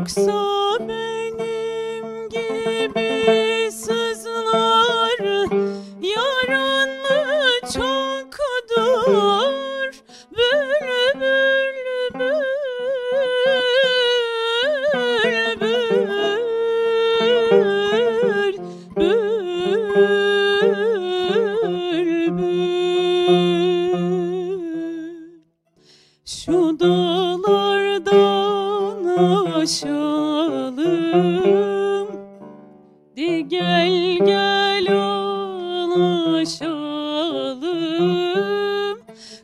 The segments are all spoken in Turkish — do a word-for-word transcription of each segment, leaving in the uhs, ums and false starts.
Yoksa benim gibi sızlar yarın mı çoktur? Bülbül bülbül bülbül. Şu dağlardan aşalım, di gel gel alaşalım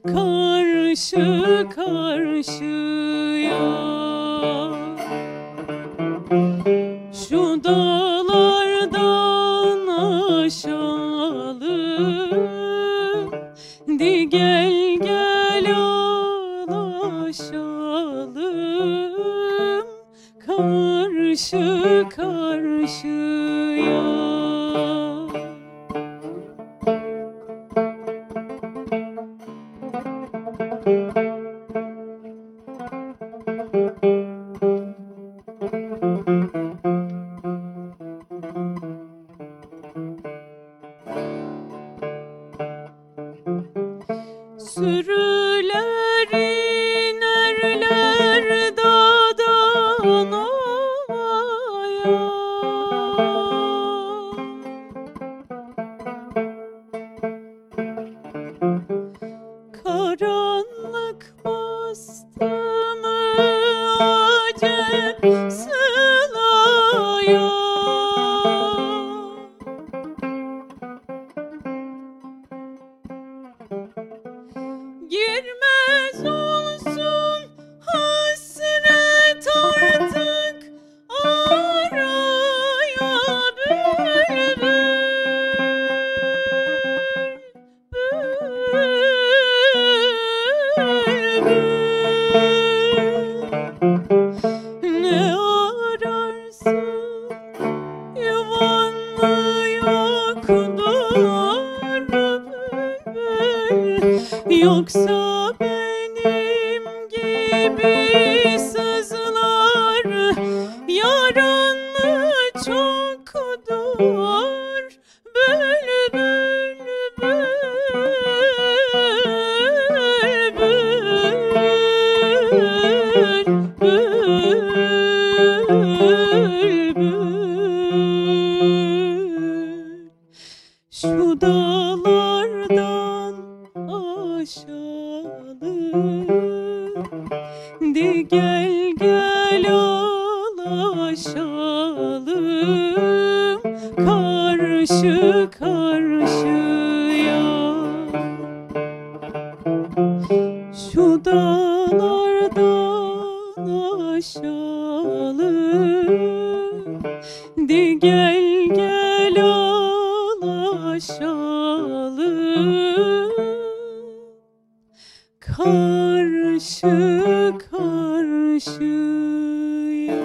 karşı karşıya. Şu dağlardan aşalım, di gel gel alaşalım karşı karşıya. Sürüler inerler dağdan ovaya, karanlık bastı mı acep sılaya. Girmez olsun hasret artık araya bülbül bülbül. Ne ararsın yuvanı yoktur bülbül. Yoksa benim gibi sızlar yarın mı çoktur? Bülbül bülbül bülbül. Şu dağlardan aşalım, di gel gel alaşalım karşı karşıya. Şu dağlardan aşalım, di gel gel alaşalım karşı karşıya.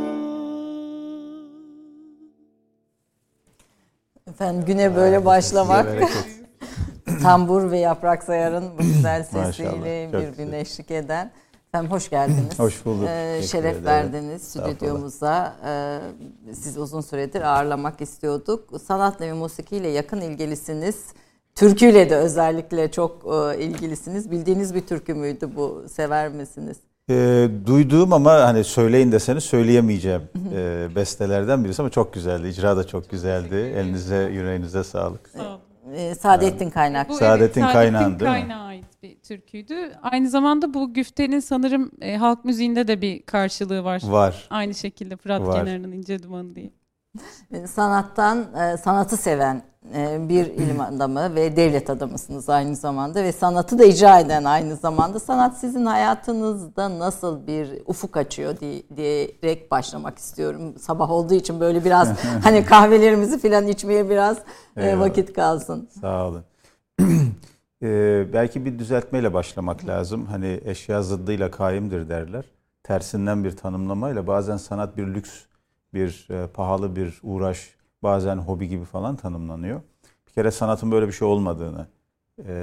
Efendim güne böyle başlamak. Tambur ve Yaprak Sayar'ın bu güzel sesiyle birbirine eşlik eden. Efendim hoş geldiniz. Hoş bulduk. Ee, şeref verdiniz stüdyomuza. Ee, sizi uzun süredir ağırlamak istiyorduk. Sanatla ve musikiyle yakın ilgilisiniz. Türküyle de özellikle çok e, ilgilisiniz. Bildiğiniz bir türkü müydü bu? Sever misiniz? E, duyduğum ama hani söyleyin deseniz söyleyemeyeceğim e, bestelerden birisi ama çok güzeldi. İcra da çok güzeldi. Elinize, yüreğinize sağlık. Sağ olun. E, Saadettin Kaynak. Bu, Saadettin evet, Kaynağ'ın Saadettin değil mi? Kaynak'a ait bir türküydü. Aynı zamanda bu güftenin sanırım e, halk müziğinde de bir karşılığı var. Var. Aynı şekilde Fırat Var. Kenarı'nın İnce Dumanı diye. Sanattan, sanatı seven bir ilim adamı ve devlet adamısınız aynı zamanda ve sanatı da icra eden aynı zamanda. Sanat sizin hayatınızda nasıl bir ufuk açıyor diye, diyerek başlamak istiyorum. Sabah olduğu için böyle biraz hani kahvelerimizi falan içmeye biraz Eyvallah. vakit kalsın. Sağ olun. ee, belki bir düzeltmeyle başlamak lazım. Hani eşya zıddıyla kaimdir derler. Tersinden bir tanımlamayla bazen sanat bir lüks, bir e, pahalı bir uğraş, bazen hobi gibi falan tanımlanıyor. Bir kere sanatın böyle bir şey olmadığını, e,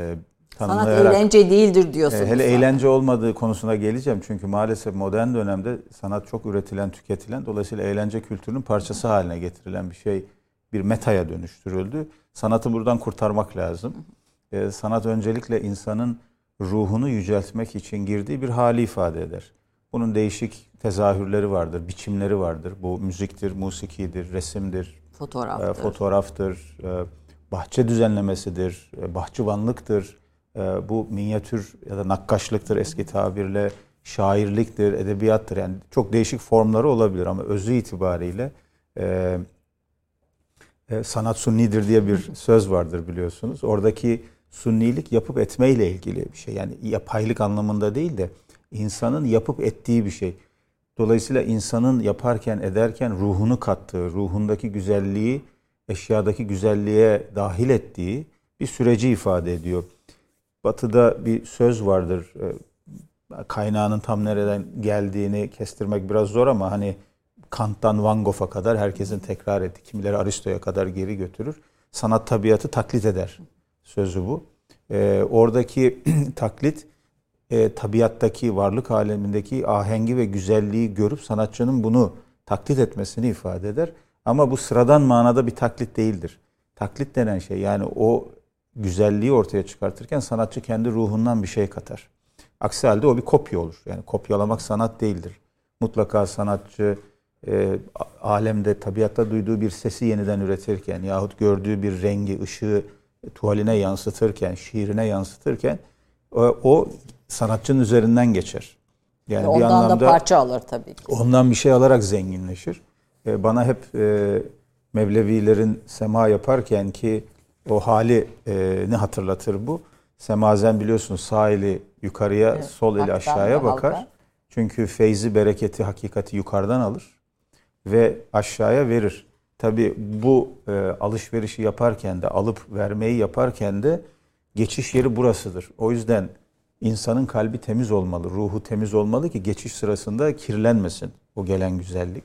Sanat eğlence değildir diyorsunuz. Hele zaten. Eğlence olmadığı konusuna geleceğim. Çünkü maalesef modern dönemde sanat çok üretilen, tüketilen, dolayısıyla eğlence kültürünün parçası haline getirilen bir şey, bir metaya dönüştürüldü. Sanatı buradan kurtarmak lazım. Ee, sanat öncelikle insanın ruhunu yüceltmek için girdiği bir hali ifade eder. Bunun değişik tezahürleri vardır, biçimleri vardır. Bu müziktir, musikidir, resimdir, fotoğraftır, e, fotoğraftır e, bahçe düzenlemesidir, e, bahçıvanlıktır, e, bu minyatür ya da nakkaşlıktır eski tabirle, şairliktir, edebiyattır. Yani çok değişik formları olabilir ama özü itibariyle e, e, sanat sunnidir diye bir söz vardır biliyorsunuz. Oradaki sunnilik yapıp etmeyle ilgili bir şey. Yani yapaylık anlamında değil de insanın yapıp ettiği bir şey. Dolayısıyla insanın yaparken ederken ruhunu kattığı, ruhundaki güzelliği eşyadaki güzelliğe dahil ettiği bir süreci ifade ediyor. Batı'da bir söz vardır. Kaynağının tam nereden geldiğini kestirmek biraz zor ama hani Kant'tan Van Gogh'a kadar herkesin tekrar ettiği, kimileri Aristo'ya kadar geri götürür. Sanat tabiatı taklit eder sözü bu. Ee, oradaki taklit e, tabiattaki, varlık alemindeki ahengi ve güzelliği görüp sanatçının bunu taklit etmesini ifade eder. Ama bu sıradan manada bir taklit değildir. Taklit denen şey yani o güzelliği ortaya çıkartırken sanatçı kendi ruhundan bir şey katar. Aksi halde o bir kopya olur. Yani kopyalamak sanat değildir. Mutlaka sanatçı e, alemde, tabiatta duyduğu bir sesi yeniden üretirken yahut gördüğü bir rengi, ışığı tuvaline yansıtırken, şiirine yansıtırken o, o sanatçının üzerinden geçer. Yani ondan bir anlamda da parça alır tabii ki. Ondan bir şey alarak zenginleşir. E, bana hep e, Mevlevilerin sema yaparken ki o hali e, ne hatırlatır bu? Semazen biliyorsunuz sağ eli yukarıya, evet, sol eli aşağıya bakar. Halka. Çünkü feyzi, bereketi, hakikati yukarıdan alır ve aşağıya verir. Tabii bu e, alışverişi yaparken de, alıp vermeyi yaparken de geçiş yeri burasıdır. O yüzden insanın kalbi temiz olmalı, ruhu temiz olmalı ki geçiş sırasında kirlenmesin o gelen güzellik.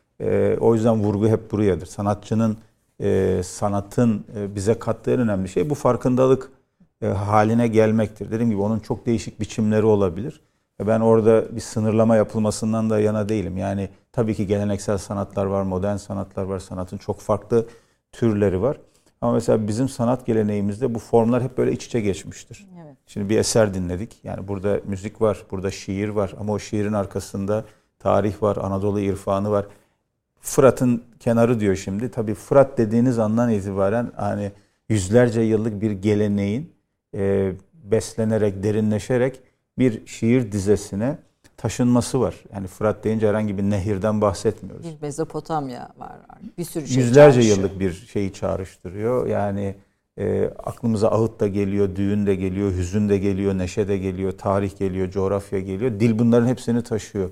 E, o yüzden vurgu hep burayadır. Sanatçının, e, sanatın e, bize kattığı en önemli şey bu farkındalık e, haline gelmektir. Dediğim gibi onun çok değişik biçimleri olabilir. E, ben orada bir sınırlama yapılmasından da yana değilim. Yani tabii ki geleneksel sanatlar var, modern sanatlar var, sanatın çok farklı türleri var. Ama mesela bizim sanat geleneğimizde bu formlar hep böyle iç içe geçmiştir. Evet. Şimdi bir eser dinledik. Yani burada müzik var, burada şiir var ama o şiirin arkasında tarih var, Anadolu irfanı var. Fırat'ın kenarı diyor şimdi. Tabii Fırat dediğiniz andan itibaren hani yüzlerce yıllık bir geleneğin e, beslenerek, derinleşerek bir şiir dizesine taşınması var. Yani Fırat deyince herhangi bir nehirden bahsetmiyoruz. Bir Mezopotamya var. Bir sürü şey yüzlerce yıllık bir şeyi çağrıştırıyor. Yani e, aklımıza ağıt da geliyor, düğün de geliyor, hüzün de geliyor, neşe de geliyor, tarih geliyor, coğrafya geliyor. Dil bunların hepsini taşıyor.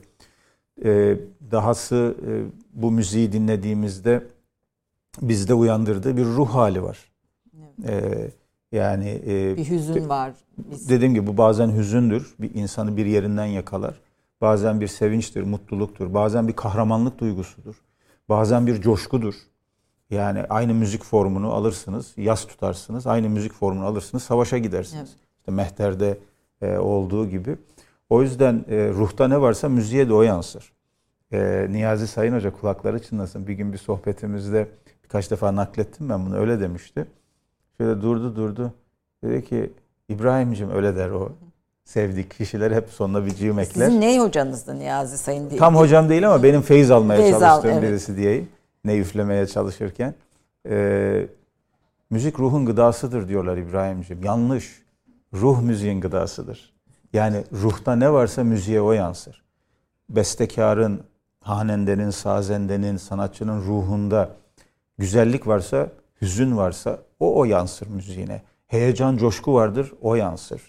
E, dahası e, bu müziği dinlediğimizde bizde uyandırdığı bir ruh hali var. Evet. E, yani e, bir hüzün var. Biz... Dediğim gibi bu bazen hüzündür. Bir insanı bir yerinden yakalar. Bazen bir sevinçtir, mutluluktur. Bazen bir kahramanlık duygusudur. Bazen bir coşkudur. Yani aynı müzik formunu alırsınız, yas tutarsınız. Aynı müzik formunu alırsınız, savaşa gidersiniz. Evet. İşte Mehter'de e, olduğu gibi. O yüzden e, ruhta ne varsa müziğe de o yansır. E, Niyazi Sayın Hoca kulakları çınlasın. Bir gün bir sohbetimizde birkaç defa naklettim ben bunu. Öyle demişti. Şöyle durdu durdu. Dedi ki İbrahim'cim öyle der o. Sevdik kişiler hep sonuna bir cığım ekler. Sizin ne hocanızdı Niyazi Sayın diye? Tam hocam değil ama benim feyiz almaya feyiz çalıştığım al, evet. birisi diyeyim. Ne üflemeye çalışırken. Ee, müzik ruhun gıdasıdır diyorlar İbrahim'ciğim. Yanlış. Ruh müziğin gıdasıdır. Yani ruhta ne varsa müziğe o yansır. Bestekarın, hanendenin, sazendenin, sanatçının ruhunda güzellik varsa, hüzün varsa o o yansır müziğine. Heyecan, coşku vardır, o yansır.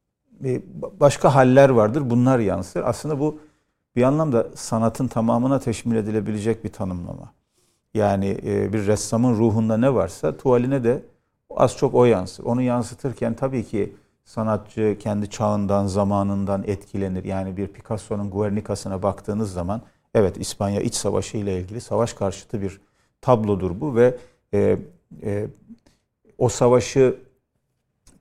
Başka haller vardır, bunlar yansır. Aslında bu bir anlamda sanatın tamamına teşmil edilebilecek bir tanımlama. Yani bir ressamın ruhunda ne varsa tuvaline de az çok o yansır. Onu yansıtırken tabii ki sanatçı kendi çağından, zamanından etkilenir. Yani bir Picasso'nun Guernica'sına baktığınız zaman evet İspanya İç Savaşı ile ilgili savaş karşıtı bir tablodur bu ve e, e, o savaşı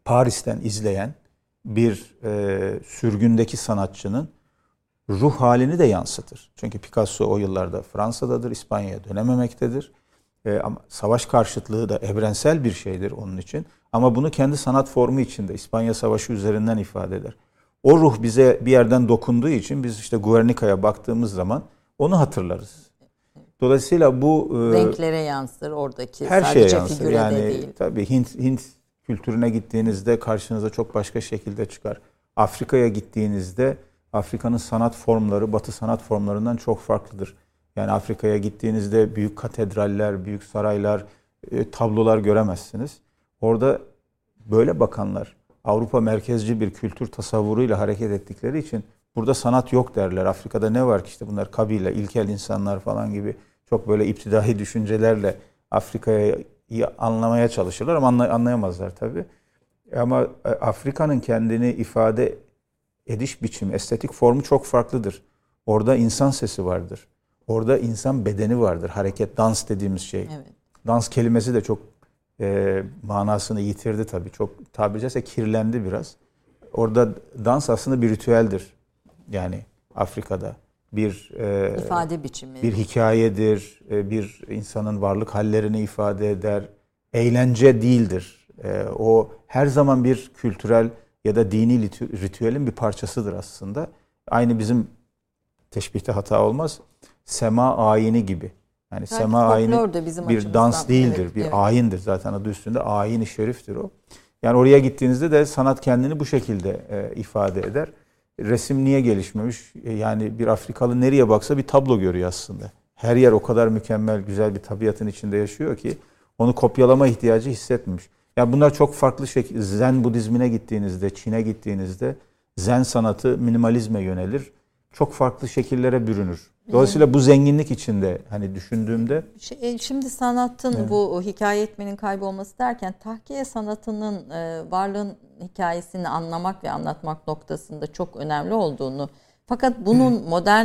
Paris'ten izleyen bir e, sürgündeki sanatçının ruh halini de yansıtır. Çünkü Picasso o yıllarda Fransa'dadır, İspanya'ya dönememektedir. E, ama savaş karşıtlığı da evrensel bir şeydir onun için. Ama bunu kendi sanat formu içinde İspanya Savaşı üzerinden ifade eder. O ruh bize bir yerden dokunduğu için biz işte Guernica'ya baktığımız zaman onu hatırlarız. Dolayısıyla bu renklere yansır oradaki, her sadece şeye yansır. figüre Yani de değil. tabii Hint Hint kültürüne gittiğinizde karşınıza çok başka şekilde çıkar. Afrika'ya gittiğinizde Afrika'nın sanat formları Batı sanat formlarından çok farklıdır. Yani Afrika'ya gittiğinizde büyük katedraller, büyük saraylar, e, tablolar göremezsiniz. Orada böyle bakanlar Avrupa merkezci bir kültür tasavvuruyla hareket ettikleri için burada sanat yok derler. Afrika'da ne var ki işte bunlar kabile, ilkel insanlar falan gibi çok böyle iptidai düşüncelerle Afrika'yı anlamaya çalışırlar ama anlayamazlar tabii. Ama Afrika'nın kendini ifade ediş biçimi, estetik formu çok farklıdır. Orada insan sesi vardır. Orada insan bedeni vardır. Hareket, dans dediğimiz şey. Evet. Dans kelimesi de çok e, manasını yitirdi tabii. Çok tabiri caizse kirlendi biraz. Orada dans aslında bir ritüeldir. Yani Afrika'da bir e, ifade biçimi, bir hikayedir, e, bir insanın varlık hallerini ifade eder. Eğlence değildir. E, o her zaman bir kültürel ya da dini ritüelin bir parçasıdır aslında. Aynı bizim teşbihte hata olmaz. Sema ayini gibi. Yani belki sema ayini bizim bir dans değildir, evet, bir evet. ayindir. Zaten adı üstünde ayin-i şeriftir o. Yani oraya gittiğinizde de sanat kendini bu şekilde e, ifade eder. Resim niye gelişmemiş? Yani bir Afrikalı nereye baksa bir tablo görüyor aslında. Her yer o kadar mükemmel, güzel bir tabiatın içinde yaşıyor ki onu kopyalama ihtiyacı hissetmemiş. Yani bunlar çok farklı şekilde. Zen Budizmine gittiğinizde, Çin'e gittiğinizde Zen sanatı minimalizme yönelir. Çok farklı şekillere bürünür. Dolayısıyla bu zenginlik içinde hani düşündüğümde... Şimdi sanatın evet. bu hikaye etmenin kaybolması derken tahkiye sanatının varlığın hikayesini anlamak ve anlatmak noktasında çok önemli olduğunu fakat bunun modern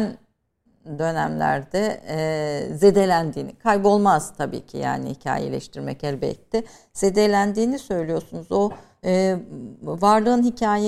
dönemlerde e, zedelendiğini, kaybolmaz tabii ki yani hikayeleştirmek elbette, zedelendiğini söylüyorsunuz. O e, varlığın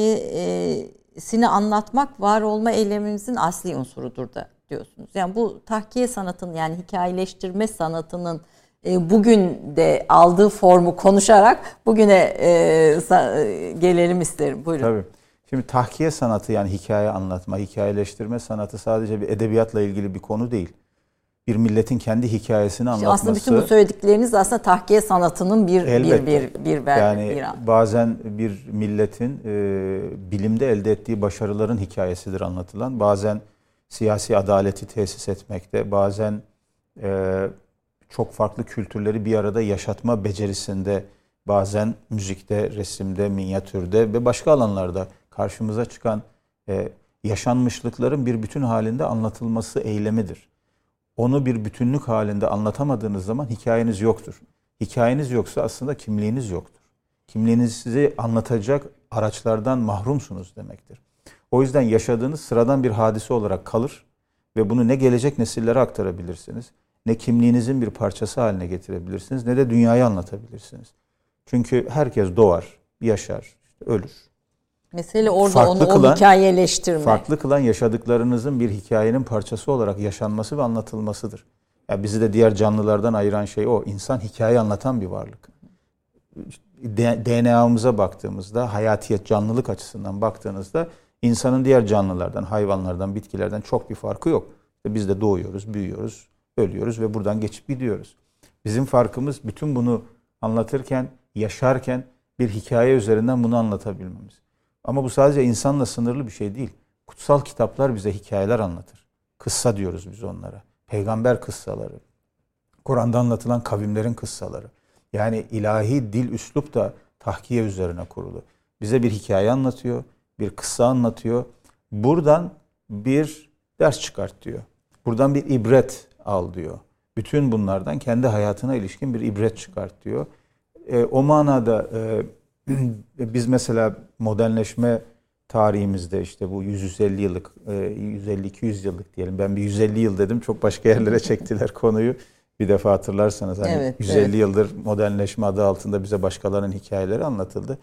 hikayesini anlatmak var olma eylemimizin asli unsurudur da diyorsunuz. Yani bu tahkiye sanatının yani hikayeleştirme sanatının e, bugün de aldığı formu konuşarak bugüne e, sa- gelelim isterim. Buyurun. Tabii. Şimdi tahkiye sanatı yani hikaye anlatma, hikayeleştirme sanatı sadece bir edebiyatla ilgili bir konu değil. Bir milletin kendi hikayesini anlatması. Aslında bütün bu söyledikleriniz aslında tahkiye sanatının bir elbette. bir bir bir ver, yani bir bazen bir milletin e, bilimde elde ettiği başarıların hikayesidir anlatılan. Bazen siyasi adaleti tesis etmekte, bazen e, çok farklı kültürleri bir arada yaşatma becerisinde, bazen müzikte, resimde, minyatürde ve başka alanlarda karşımıza çıkan e, yaşanmışlıkların bir bütün halinde anlatılması eylemidir. Onu bir bütünlük halinde anlatamadığınız zaman hikayeniz yoktur. Hikayeniz yoksa aslında kimliğiniz yoktur. Kimliğinizi anlatacak araçlardan mahrumsunuz demektir. O yüzden yaşadığınız sıradan bir hadise olarak kalır ve bunu ne gelecek nesillere aktarabilirsiniz, ne kimliğinizin bir parçası haline getirebilirsiniz, ne de dünyayı anlatabilirsiniz. Çünkü herkes doğar, yaşar, ölür. Mesele orada farklı onu kılan, o hikayeleştirme. Farklı kılan yaşadıklarınızın bir hikayenin parçası olarak yaşanması ve anlatılmasıdır. Yani bizi de diğer canlılardan ayıran şey o. İnsan hikaye anlatan bir varlık. D N A'mıza baktığımızda, hayatiyet, canlılık açısından baktığınızda insanın diğer canlılardan, hayvanlardan, bitkilerden çok bir farkı yok. İşte biz de doğuyoruz, büyüyoruz, ölüyoruz ve buradan geçip gidiyoruz. Bizim farkımız bütün bunu anlatırken, yaşarken bir hikaye üzerinden bunu anlatabilmemiz. Ama bu sadece insanla sınırlı bir şey değil. Kutsal kitaplar bize hikayeler anlatır. Kıssa diyoruz biz onlara. Peygamber kıssaları. Kur'an'da anlatılan kavimlerin kıssaları. Yani ilahi dil, üslup da tahkiye üzerine kurulu. Bize bir hikaye anlatıyor, bir kıssa anlatıyor. Buradan bir ders çıkart diyor. Buradan bir ibret al diyor. Bütün bunlardan kendi hayatına ilişkin bir ibret çıkart diyor. E, o manada e, biz mesela modernleşme tarihimizde işte bu yüz elli yıllık, yüz elli iki yüz yıllık diyelim. Ben bir yüz elli yıl dedim. Çok başka yerlere çektiler konuyu. Bir defa hatırlarsanız hani evet, yüz elli evet. yıldır modernleşme adı altında bize başkalarının hikayeleri anlatıldı.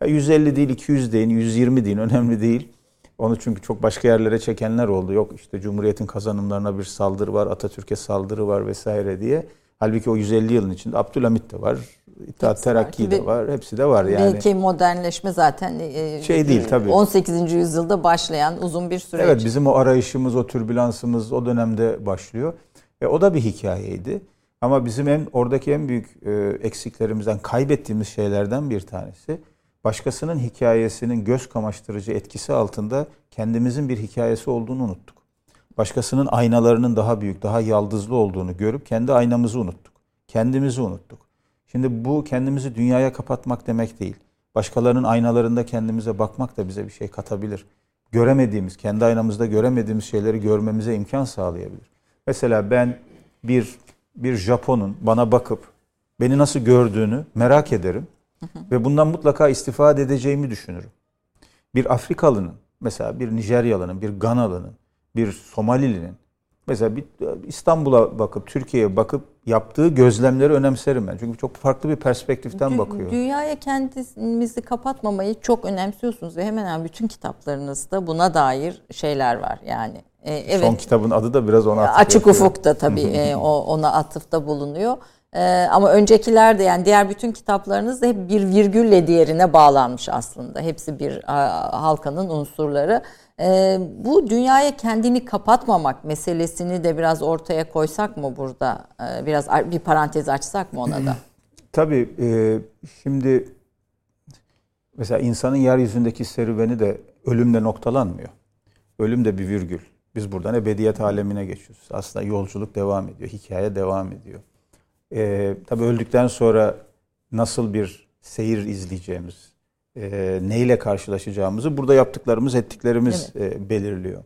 yüz elli değil, iki yüz deyin, yüz yirmi deyin, önemli değil. Onu çünkü çok başka yerlere çekenler oldu. Yok işte Cumhuriyet'in kazanımlarına bir saldırı var, Atatürk'e saldırı var vesaire diye. Halbuki o yüz elli yılın içinde Abdülhamit de var, İttihat Terakki de var, hepsi de var yani. Belki modernleşme zaten e, şey değil tabii. on sekizinci yüzyılda başlayan uzun bir süreç. Evet, bizim o arayışımız, o türbülansımız o dönemde başlıyor. E, o da bir hikayeydi. Ama bizim en oradaki en büyük e, eksiklerimizden, kaybettiğimiz şeylerden bir tanesi, başkasının hikayesinin göz kamaştırıcı etkisi altında kendimizin bir hikayesi olduğunu unuttuk. Başkasının aynalarının daha büyük, daha yaldızlı olduğunu görüp kendi aynamızı unuttuk. Kendimizi unuttuk. Şimdi bu kendimizi dünyaya kapatmak demek değil. Başkalarının aynalarında kendimize bakmak da bize bir şey katabilir. Göremediğimiz, kendi aynamızda göremediğimiz şeyleri görmemize imkan sağlayabilir. Mesela ben bir bir Japon'un bana bakıp beni nasıl gördüğünü merak ederim ve bundan mutlaka istifade edeceğimi düşünürüm. Bir Afrikalının, mesela bir Nijeryalı'nın, bir Ganalı'nın, bir Somalili'nin, mesela bir İstanbul'a bakıp, Türkiye'ye bakıp yaptığı gözlemleri önemserim ben. Çünkü çok farklı bir perspektiften Dü- bakıyor. Dünyaya kendimizi kapatmamayı çok önemsiyorsunuz ve hemen hemen bütün kitaplarınızda buna dair şeyler var. Yani e, evet. Son kitabın adı da biraz ona atıf Açık yapıyor. Ufuk'ta tabii e, o ona atıfta bulunuyor. E, ama öncekiler de, yani diğer bütün kitaplarınız da hep bir virgülle diğerine bağlanmış aslında. Hepsi bir a, halkanın unsurları. E, bu dünyaya kendini kapatmamak meselesini de biraz ortaya koysak mı burada? E, biraz bir parantez açsak mı ona da? Tabii e, şimdi mesela insanın yeryüzündeki serüveni de ölümle noktalanmıyor. Ölüm de bir virgül. Biz buradan ebediyet alemine geçiyoruz. Aslında yolculuk devam ediyor, hikaye devam ediyor. E, tabii öldükten sonra nasıl bir seyir izleyeceğimiz, e, neyle karşılaşacağımızı burada yaptıklarımız, ettiklerimiz evet. e, belirliyor.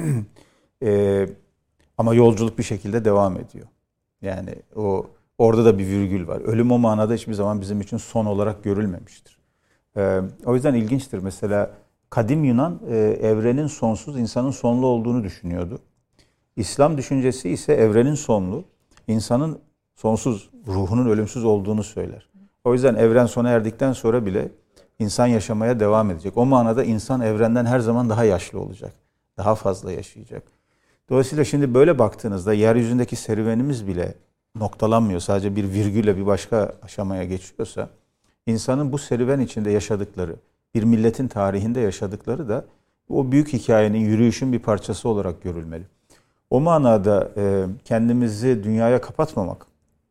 e, ama yolculuk bir şekilde devam ediyor. Yani o orada da bir virgül var. Ölüm o manada hiçbir zaman bizim için son olarak görülmemiştir. E, o yüzden ilginçtir. Mesela kadim Yunan e, evrenin sonsuz, insanın sonlu olduğunu düşünüyordu. İslam düşüncesi ise evrenin sonlu, insanın sonsuz, ruhunun ölümsüz olduğunu söyler. O yüzden evren sona erdikten sonra bile insan yaşamaya devam edecek. O manada insan evrenden her zaman daha yaşlı olacak. Daha fazla yaşayacak. Dolayısıyla şimdi böyle baktığınızda yeryüzündeki serüvenimiz bile noktalanmıyor. Sadece bir virgülle bir başka aşamaya geçiyorsa, insanın bu serüven içinde yaşadıkları, bir milletin tarihinde yaşadıkları da o büyük hikayenin, yürüyüşün bir parçası olarak görülmeli. O manada e, kendimizi dünyaya kapatmamak,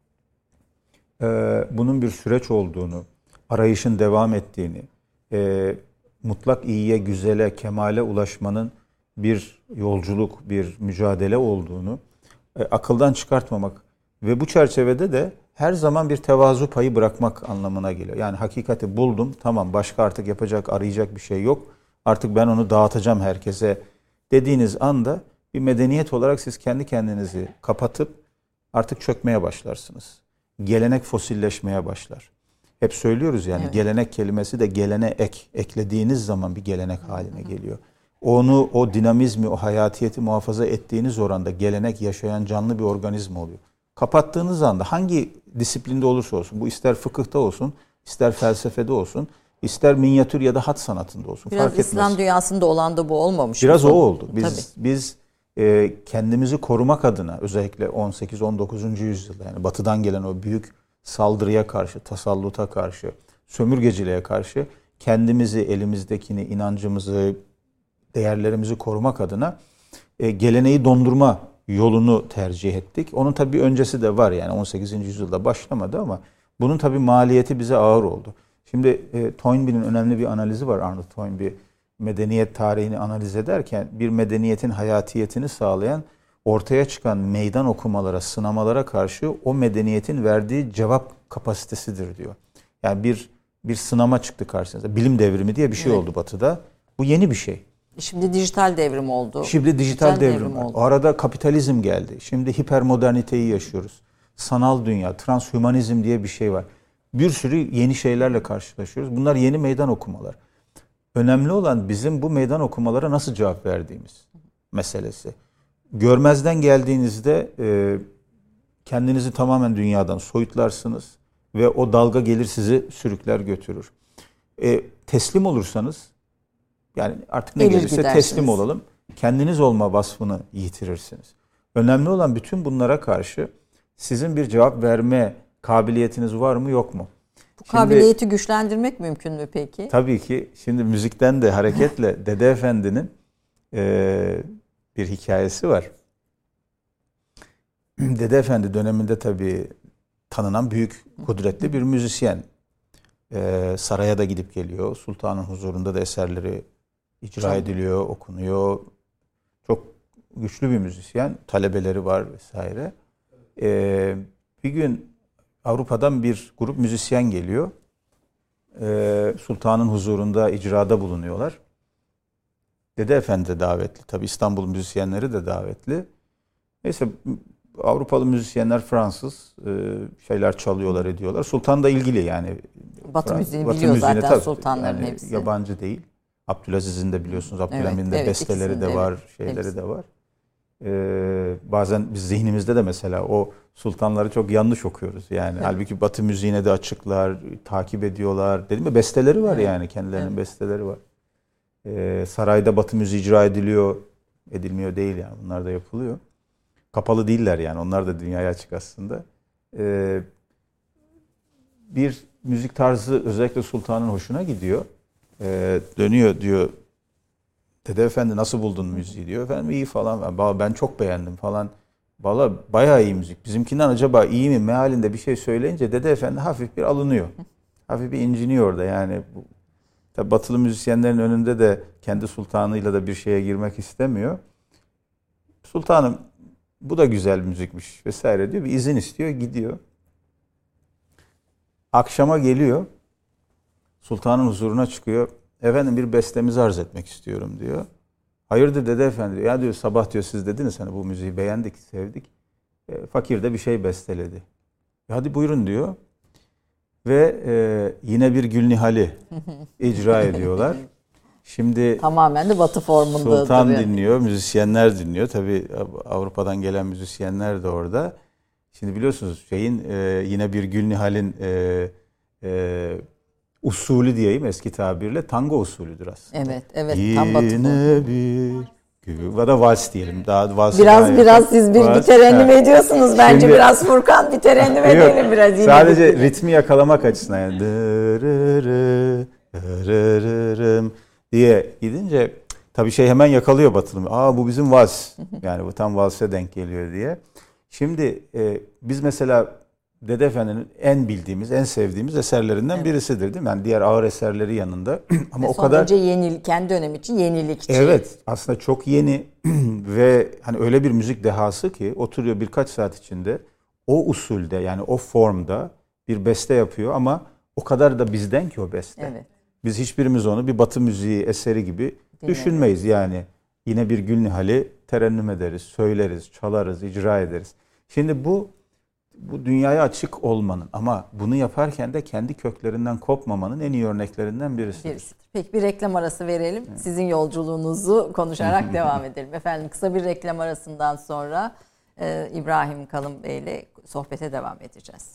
e, bunun bir süreç olduğunu, arayışın devam ettiğini, e, mutlak iyiye, güzele, kemale ulaşmanın bir yolculuk, bir mücadele olduğunu e, akıldan çıkartmamak ve bu çerçevede de her zaman bir tevazu payı bırakmak anlamına geliyor. Yani hakikati buldum, tamam, başka artık yapacak, arayacak bir şey yok. Artık ben onu dağıtacağım herkese dediğiniz anda bir medeniyet olarak siz kendi kendinizi kapatıp artık çökmeye başlarsınız. Gelenek fosilleşmeye başlar. Hep söylüyoruz yani evet. Gelenek kelimesi de gelene ek. Eklediğiniz zaman bir gelenek haline geliyor. Onu, o dinamizmi, o hayatiyeti muhafaza ettiğiniz oranda gelenek yaşayan canlı bir organizma oluyor. Kapattığınız anda hangi disiplinde olursa olsun, bu ister fıkıhta olsun, ister felsefede olsun, ister minyatür ya da hat sanatında olsun. Biraz fark İslam etmez. dünyasında olan da bu olmamış. Biraz mı? o oldu. Biz Tabii. biz e, kendimizi korumak adına özellikle on sekiz on dokuzuncu yüzyılda, yani batıdan gelen o büyük saldırıya karşı, tasalluta karşı, sömürgeciliğe karşı kendimizi, elimizdekini, inancımızı, değerlerimizi korumak adına e, geleneği dondurma yolunu tercih ettik. Onun tabii öncesi de var, yani on sekizinci yüzyılda başlamadı ama bunun tabii maliyeti bize ağır oldu. Şimdi e, Toynbee'nin önemli bir analizi var. Arnold Toynbee medeniyet tarihini analiz ederken bir medeniyetin hayatiyetini sağlayan ortaya çıkan meydan okumalara, sınamalara karşı o medeniyetin verdiği cevap kapasitesidir diyor. Yani bir bir sınama çıktı karşınıza. Bilim devrimi diye bir şey evet. oldu Batı'da. Bu yeni bir şey. Şimdi dijital devrim oldu. Şimdi dijital, dijital devrim, devrim oldu. O arada kapitalizm geldi. Şimdi hipermoderniteyi yaşıyoruz. Sanal dünya, transhümanizm diye bir şey var. Bir sürü yeni şeylerle karşılaşıyoruz. Bunlar yeni meydan okumalar. Önemli olan bizim bu meydan okumalara nasıl cevap verdiğimiz meselesi. Görmezden geldiğinizde e, kendinizi tamamen dünyadan soyutlarsınız ve o dalga gelir sizi sürükler götürür. E, teslim olursanız, yani artık ne Gelir gelirse gidersiniz. teslim olalım. Kendiniz olma vasfını yitirirsiniz. Önemli olan bütün bunlara karşı sizin bir cevap verme kabiliyetiniz var mı yok mu? Bu kabiliyeti güçlendirmek mümkün mü peki? Tabii ki. Şimdi müzikten de hareketle Dede Efendi'nin e, bir hikayesi var. Dede Efendi döneminde tabii tanınan büyük, kudretli bir müzisyen. E, saraya da gidip geliyor. Sultanın huzurunda da eserleri icra ediliyor, okunuyor. Çok güçlü bir müzisyen. Talebeleri var vesaire. E, bir gün Avrupa'dan bir grup müzisyen geliyor. Ee, Sultanın huzurunda icrada bulunuyorlar. Dede Efendi de davetli. Tabii İstanbul müzisyenleri de davetli. Neyse Avrupalı müzisyenler Fransız e, şeyler çalıyorlar, ediyorlar. Sultan da ilgili yani. Batı müziğini Batı biliyor müziğine, zaten tabii, sultanların yani hepsi. yabancı değil. Abdülaziz'in de biliyorsunuz. Abdülhamid'in Evet, de evet, besteleri de ikisinin de, var, evet. şeyleri Hepsi. de var. Ee, bazen biz zihnimizde de mesela o sultanları çok yanlış okuyoruz. Yani evet. Halbuki Batı müziğine de açıklar, takip ediyorlar. Dedim mi besteleri var, evet. Yani kendilerinin evet. besteleri var. Ee, sarayda Batı müziği icra ediliyor, edilmiyor değil yani. Bunlar da yapılıyor. Kapalı değiller yani. Onlar da dünyaya açık aslında. Ee, bir müzik tarzı özellikle sultanın hoşuna gidiyor. Ee, dönüyor diyor. Dede Efendi nasıl buldun müziği diyor. Efendim iyi falan. Ben çok beğendim falan. Valla bayağı iyi müzik. Bizimkinden acaba iyi mi mealinde bir şey söyleyince Dede Efendi hafif bir alınıyor. Hafif bir inciniyor orada yani. Tabii batılı müzisyenlerin önünde de kendi sultanıyla da bir şeye girmek istemiyor. Sultanım bu da güzel müzikmiş vesaire diyor. Bir izin istiyor, gidiyor. Akşama geliyor. Sultanın huzuruna çıkıyor. Efendim bir bestemizi arz etmek istiyorum diyor. Hayırdır Dede Efendi diyor. Ya diyor sabah diyor siz dediniz hani bu müziği beğendik, sevdik. E, fakir de bir şey besteledi. E, hadi buyurun diyor. Ve e, yine bir Gülnihal'i icra ediyorlar. Şimdi tamamen de Batı formunda. Sultan tabii. dinliyor, müzisyenler dinliyor. Tabii Avrupa'dan gelen müzisyenler de orada. Şimdi biliyorsunuz şeyin e, yine bir Gülnihal'in e, e, usulü diyeyim eski tabirle tango usulüdür aslında. Evet, evet. Tam Batı Yine bir gibi. Ya da vals diyelim. Daha vals biraz daha biraz yakın. siz bir, Vals, bir terennüm he. ediyorsunuz. Bence Şimdi, biraz Furkan bir terennüm edelim biraz. Yine sadece bir... ritmi yakalamak açısından yani dırırı, dırırırım diye gidince tabii şey hemen yakalıyor Batılı. Aa bu bizim vals. Yani bu tam valse denk geliyor diye. Şimdi e, biz mesela Dede Efendi'nin en bildiğimiz, en sevdiğimiz eserlerinden evet. birisidir değil mi? Yani diğer ağır eserleri yanında. Ama ve o kadar yeni, kendi dönemi için yenilikçi. Evet, aslında çok yeni ve hani öyle bir müzik dehası ki oturuyor birkaç saat içinde o usulde yani o formda bir beste yapıyor ama o kadar da bizden ki o beste. Evet. Biz hiçbirimiz onu bir Batı müziği eseri gibi Dinlemeyiz. düşünmeyiz yani. Yine bir Gülnihal'i terennüm ederiz, söyleriz, çalarız, icra ederiz. Şimdi bu bu dünyaya açık olmanın ama bunu yaparken de kendi köklerinden kopmamanın en iyi örneklerinden birisidir. birisidir. Peki bir reklam arası verelim. Evet. Sizin yolculuğunuzu konuşarak devam edelim. Efendim kısa bir reklam arasından sonra e, İbrahim Kalın Bey ile sohbete devam edeceğiz.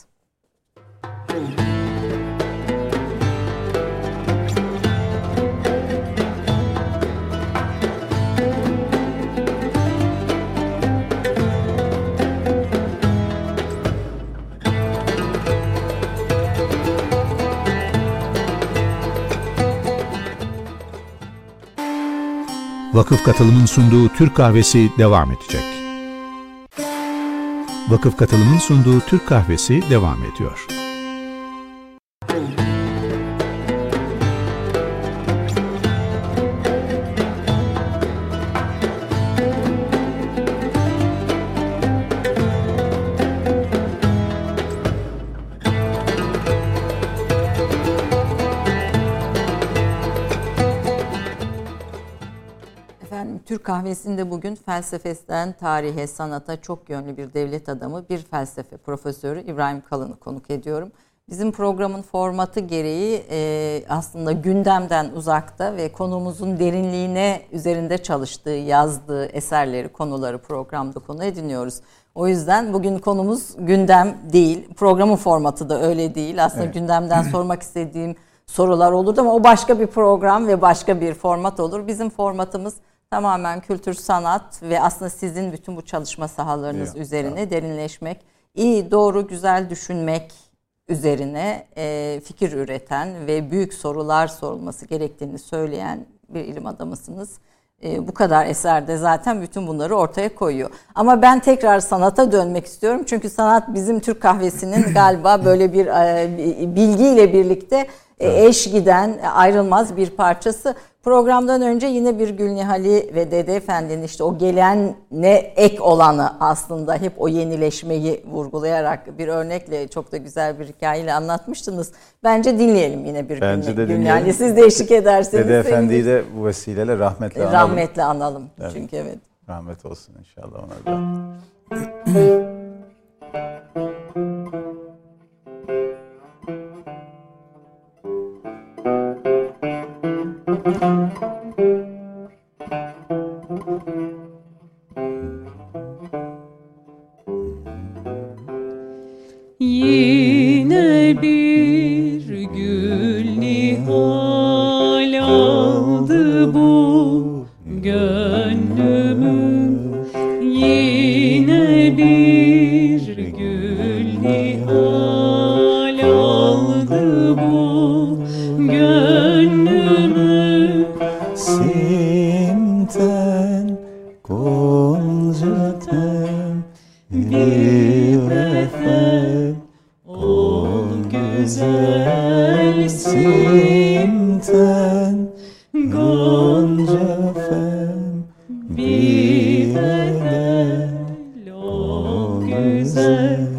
Vakıf Katılım'ın sunduğu Türk Kahvesi devam edecek. Vakıf Katılım'ın sunduğu Türk Kahvesi devam ediyor. Türk Kahvesi'nde bugün felsefeden tarihe, sanata çok yönlü bir devlet adamı, bir felsefe profesörü İbrahim Kalın'ı konuk ediyorum. Bizim programın formatı gereği e, aslında gündemden uzakta ve konumuzun derinliğine üzerinde çalıştığı, yazdığı eserleri, konuları programda konu ediniyoruz. O yüzden bugün konumuz gündem değil. Programın formatı da öyle değil. Aslında evet. gündemden sormak istediğim sorular olurdu ama o başka bir program ve başka bir format olur. Bizim formatımız tamamen kültür, sanat ve aslında sizin bütün bu çalışma sahalarınız Evet, üzerine evet. derinleşmek, iyi, doğru, güzel düşünmek üzerine e, fikir üreten ve büyük sorular sorulması gerektiğini söyleyen bir ilim adamısınız. E, bu kadar eserde zaten bütün bunları ortaya koyuyor. Ama ben tekrar sanata dönmek istiyorum. Çünkü sanat bizim Türk kahvesinin galiba böyle bir e, bilgiyle birlikte e, eş giden, ayrılmaz bir parçası. Programdan önce yine bir Gülnihali ve Dede Efendi'nin işte o gelenle ek olanı aslında hep o yenileşmeyi vurgulayarak bir örnekle çok da güzel bir hikayeyle anlatmıştınız. Bence dinleyelim yine bir Bence Gülni- de dinleyelim. Gülnihali. Siz de eşlik ederseniz. Dede Efendi'yi seviniriz. de bu vesileyle rahmetle analım. Rahmetle analım. Evet. Çünkü evet. Rahmet olsun inşallah ona da. Yine bir gül nihal aldı bu gönlümü. Yine bir gül nihal aldı bu gönlümü. Simten goncaten Bir beden ol güzel simten Gonca fem bir bedel ol güzel.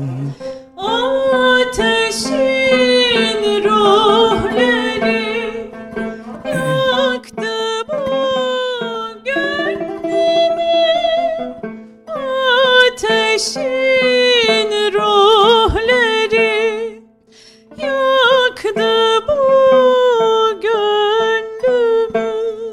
Ateşin ruhları yaktı bu gönlümü. Ateşin ruhları yaktı bu gönlümü.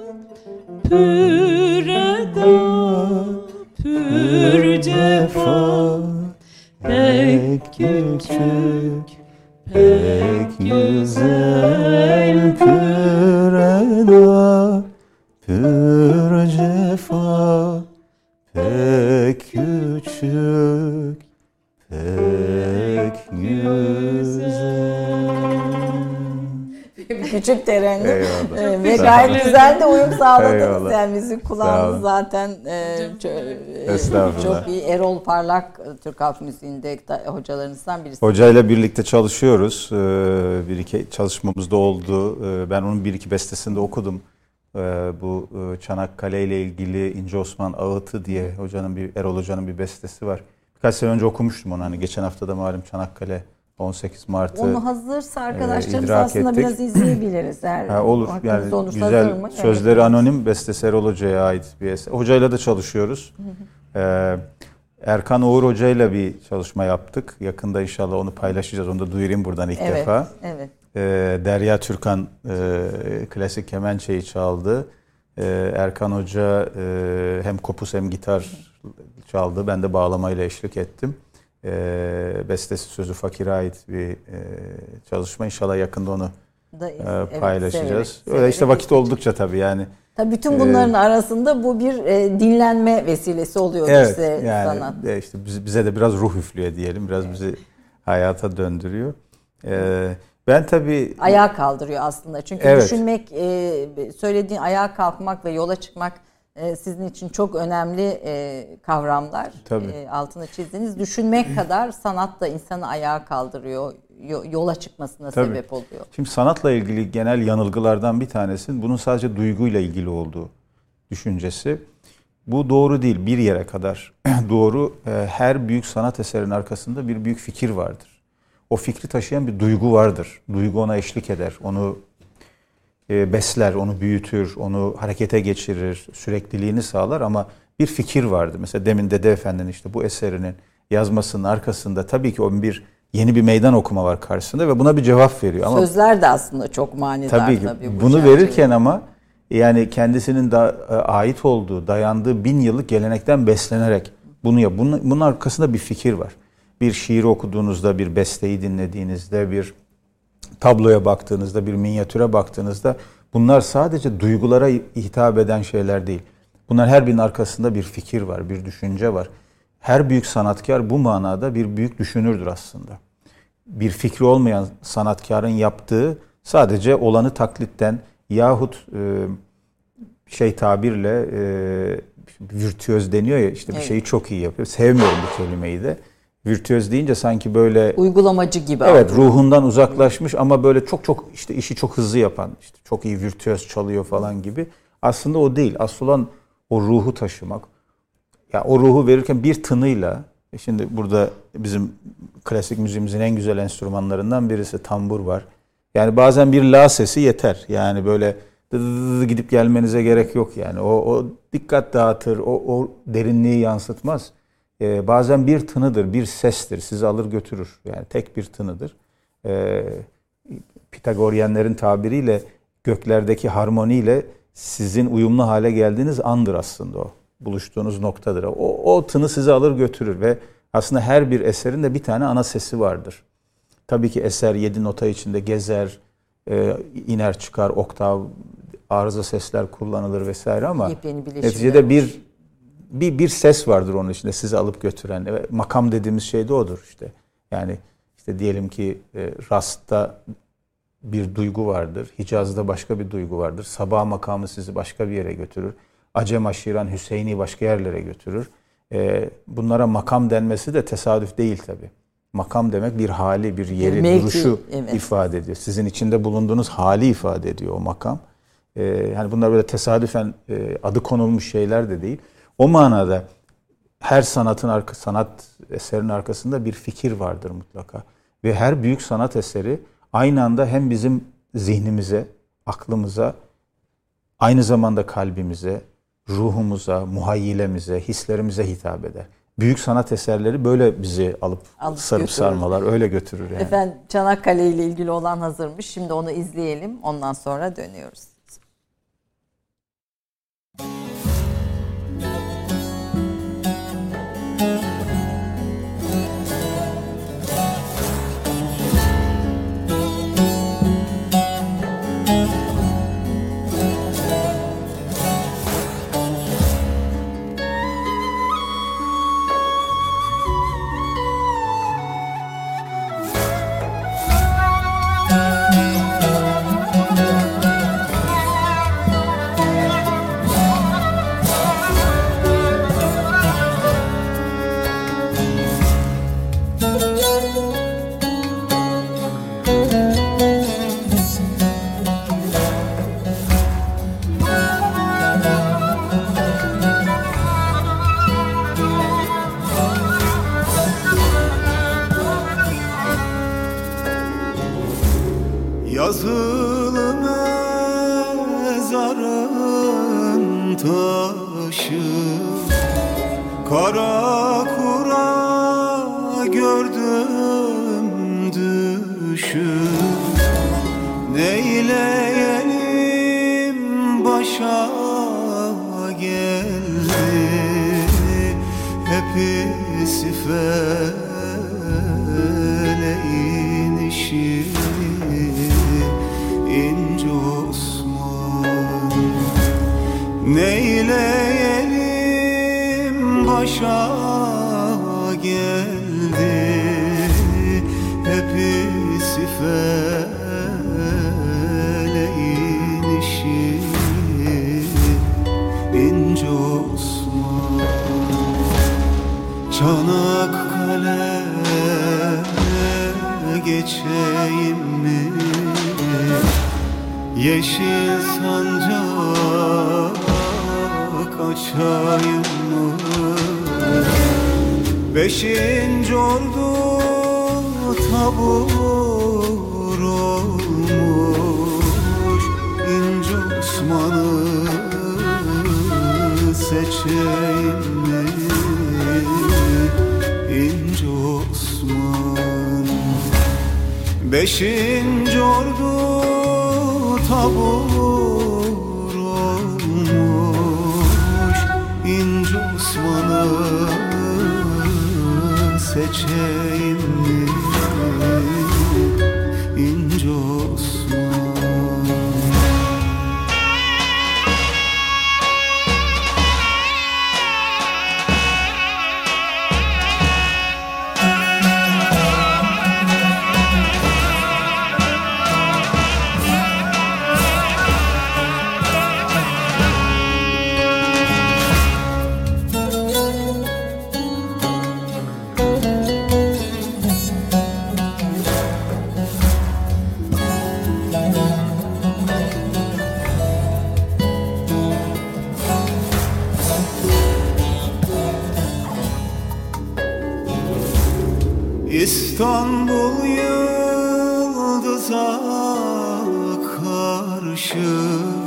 Pür eda, pür cefa, pek küçük, pek güzel. pür eda pür cefa pek küçük pek güzel. Küçük terenni. Eyvallah. Ee, ve Sağ gayet olun. güzel de uyum sağladınız. Eyvallah. Yani müzik Sağ kulağınız olun. zaten e, ço- e, Estağfurullah. çok iyi. Erol Parlak e, Türk Halk Müziği'nde da- hocalarınızdan birisi. Hocayla birlikte çalışıyoruz. Ee, Bir iki çalışmamız da oldu. Ee, Ben onun bir iki bestesini de okudum. Ee, Bu e, Çanakkale ile ilgili İnce Osman Ağıtı diye hocanın bir Erol Hoca'nın bir bestesi var. Birkaç sene önce okumuştum onu. Hani geçen hafta da malum Çanakkale on sekiz Mart'ı. Onu hazırsa arkadaşlarımız idrak aslında ettik. biraz izleyebiliriz. Eğer Ha, olur. aklınızda Yani olursa güzel hazır mı? sözleri Evet. anonim bestesi Erol Hoca'ya ait bir eser. Hocayla da çalışıyoruz. Ee, Erkan Oğur Hoca'yla bir çalışma yaptık. Yakında inşallah onu paylaşacağız. Onu da duyurayım buradan ilk Evet, defa. evet. Ee, Derya Türkan e, klasik kemençeyi çaldı. Ee, Erkan Hoca e, hem kopuz hem gitar çaldı. Ben de bağlamayla eşlik ettim. Ee, bestesi sözü Fakir'e ait bir e, çalışma. İnşallah yakında onu Da, e, evet, paylaşacağız. severek- Öyle işte severek vakit oldukça tabii yani. Tabii bütün bunların arasında bu bir e, dinlenme vesilesi oluyor Evet size yani sanat. e, işte bize, bize de biraz ruh üflüyor diyelim. Biraz bizi hayata döndürüyor. Ee, ben tabii Ayağa kaldırıyor aslında. Çünkü Evet. düşünmek, e, söylediğin ayağa kalkmak ve yola çıkmak e, sizin için çok önemli e, kavramlar. Tabii. E, altını çizdiğiniz. Düşünmek kadar sanat da insanı ayağa kaldırıyor, yo- yola çıkmasına Tabii. sebep oluyor. Şimdi sanatla ilgili genel yanılgılardan bir tanesi bunun sadece duyguyla ilgili olduğu düşüncesi. Bu doğru değil bir yere kadar. Doğru, e, her büyük sanat eserinin arkasında bir büyük fikir vardır. O fikri taşıyan bir duygu vardır. Duygu ona eşlik eder, onu e, besler, onu büyütür, onu harekete geçirir, sürekliliğini sağlar ama bir fikir vardı. Mesela demin Dede Efendi'nin işte bu eserinin yazmasının arkasında tabii ki o bir yeni bir meydan okuma var karşısında ve buna bir cevap veriyor. Ama Sözler de aslında çok manidar. tabii ki tabii bu bunu çerçevede. verirken ama yani kendisinin da e, ait olduğu, dayandığı bin yıllık gelenekten beslenerek bunu yap. Bunun, bunun arkasında bir fikir var. Bir şiir okuduğunuzda, bir besteyi dinlediğinizde, bir tabloya baktığınızda, bir minyatüre baktığınızda bunlar sadece duygulara hitap eden şeyler değil. Bunlar her birinin arkasında bir fikir var, bir düşünce var. Her büyük sanatkar bu manada bir büyük düşünürdür aslında. Bir fikri olmayan sanatkarın yaptığı sadece olanı taklitten yahut e, şey tabirle e, virtüöz deniyor ya, işte bir evet. şeyi çok iyi yapıyor. Sevmiyorum bu kelimeyi de. Virtüöz deyince sanki böyle uygulamacı gibi. Evet, aldım. Ruhundan uzaklaşmış ama böyle çok çok işte işi çok hızlı yapan, işte çok iyi virtüöz çalıyor falan gibi. Aslında o değil. Asıl olan o ruhu taşımak. Ya o ruhu verirken bir tınıyla, şimdi burada bizim klasik müziğimizin en güzel enstrümanlarından birisi tambur var. Yani bazen bir la sesi yeter. Yani böyle gidip gelmenize gerek yok yani. O, o dikkat dağıtır, o, o derinliği yansıtmaz. Ee, bazen bir tınıdır, bir sestir. Sizi alır götürür. Yani tek bir tınıdır. Ee, Pitagoryenlerin tabiriyle göklerdeki harmoniyle sizin uyumlu hale geldiğiniz andır aslında o. Buluştuğunuz noktadır. O, o tını sizi alır götürür ve aslında her bir eserin de bir tane ana sesi vardır. Tabii ki eser yedi nota içinde gezer, e, iner çıkar, oktav, arıza sesler kullanılır vesaire ama neticede bir, bir bir ses vardır onun içinde sizi alıp götüren. E, makam dediğimiz şey de odur işte. Yani işte diyelim ki e, Rast'ta bir duygu vardır, Hicaz'da başka bir duygu vardır. Sabah makamı sizi başka bir yere götürür. Acem Aşiran, Hüseyin'i başka yerlere götürür. E, bunlara makam denmesi de tesadüf değil tabii. Makam demek bir hali, bir yeri, Mevki, duruşu evet. ifade ediyor. Sizin içinde bulunduğunuz hali ifade ediyor o makam. Ee, yani bunlar böyle tesadüfen e, adı konulmuş şeyler de değil. O manada her sanatın arka, sanat eserinin arkasında bir fikir vardır mutlaka. Ve her büyük sanat eseri aynı anda hem bizim zihnimize, aklımıza, aynı zamanda kalbimize, ruhumuza, muhayyilemize, hislerimize hitap eder. Büyük sanat eserleri böyle bizi alıp, alıp sarıp götürür. sarmalar, öyle götürür yani. Efendim Çanakkale ile ilgili olan hazırmış. Şimdi onu izleyelim. Ondan sonra dönüyoruz. Yazılı mezarın taşı, kara kura gördüm düşüp, neyleyelim başa geldi, hepsi feleğin işi. İnce Osman, neyleyelim başa geldi, hepsi feleğin işi. İnce Osman, Çanakkale geçeyim mi? Yeşil sancak açayım mı? Beşinci ordu tabur olmuş, İnce Osman'ı seçeyim mi? İnce Osman, beşinci ordu tabur olmuş, İnce Osman'ı seçeyim mi? İnce İstanbul yıldıza karşı,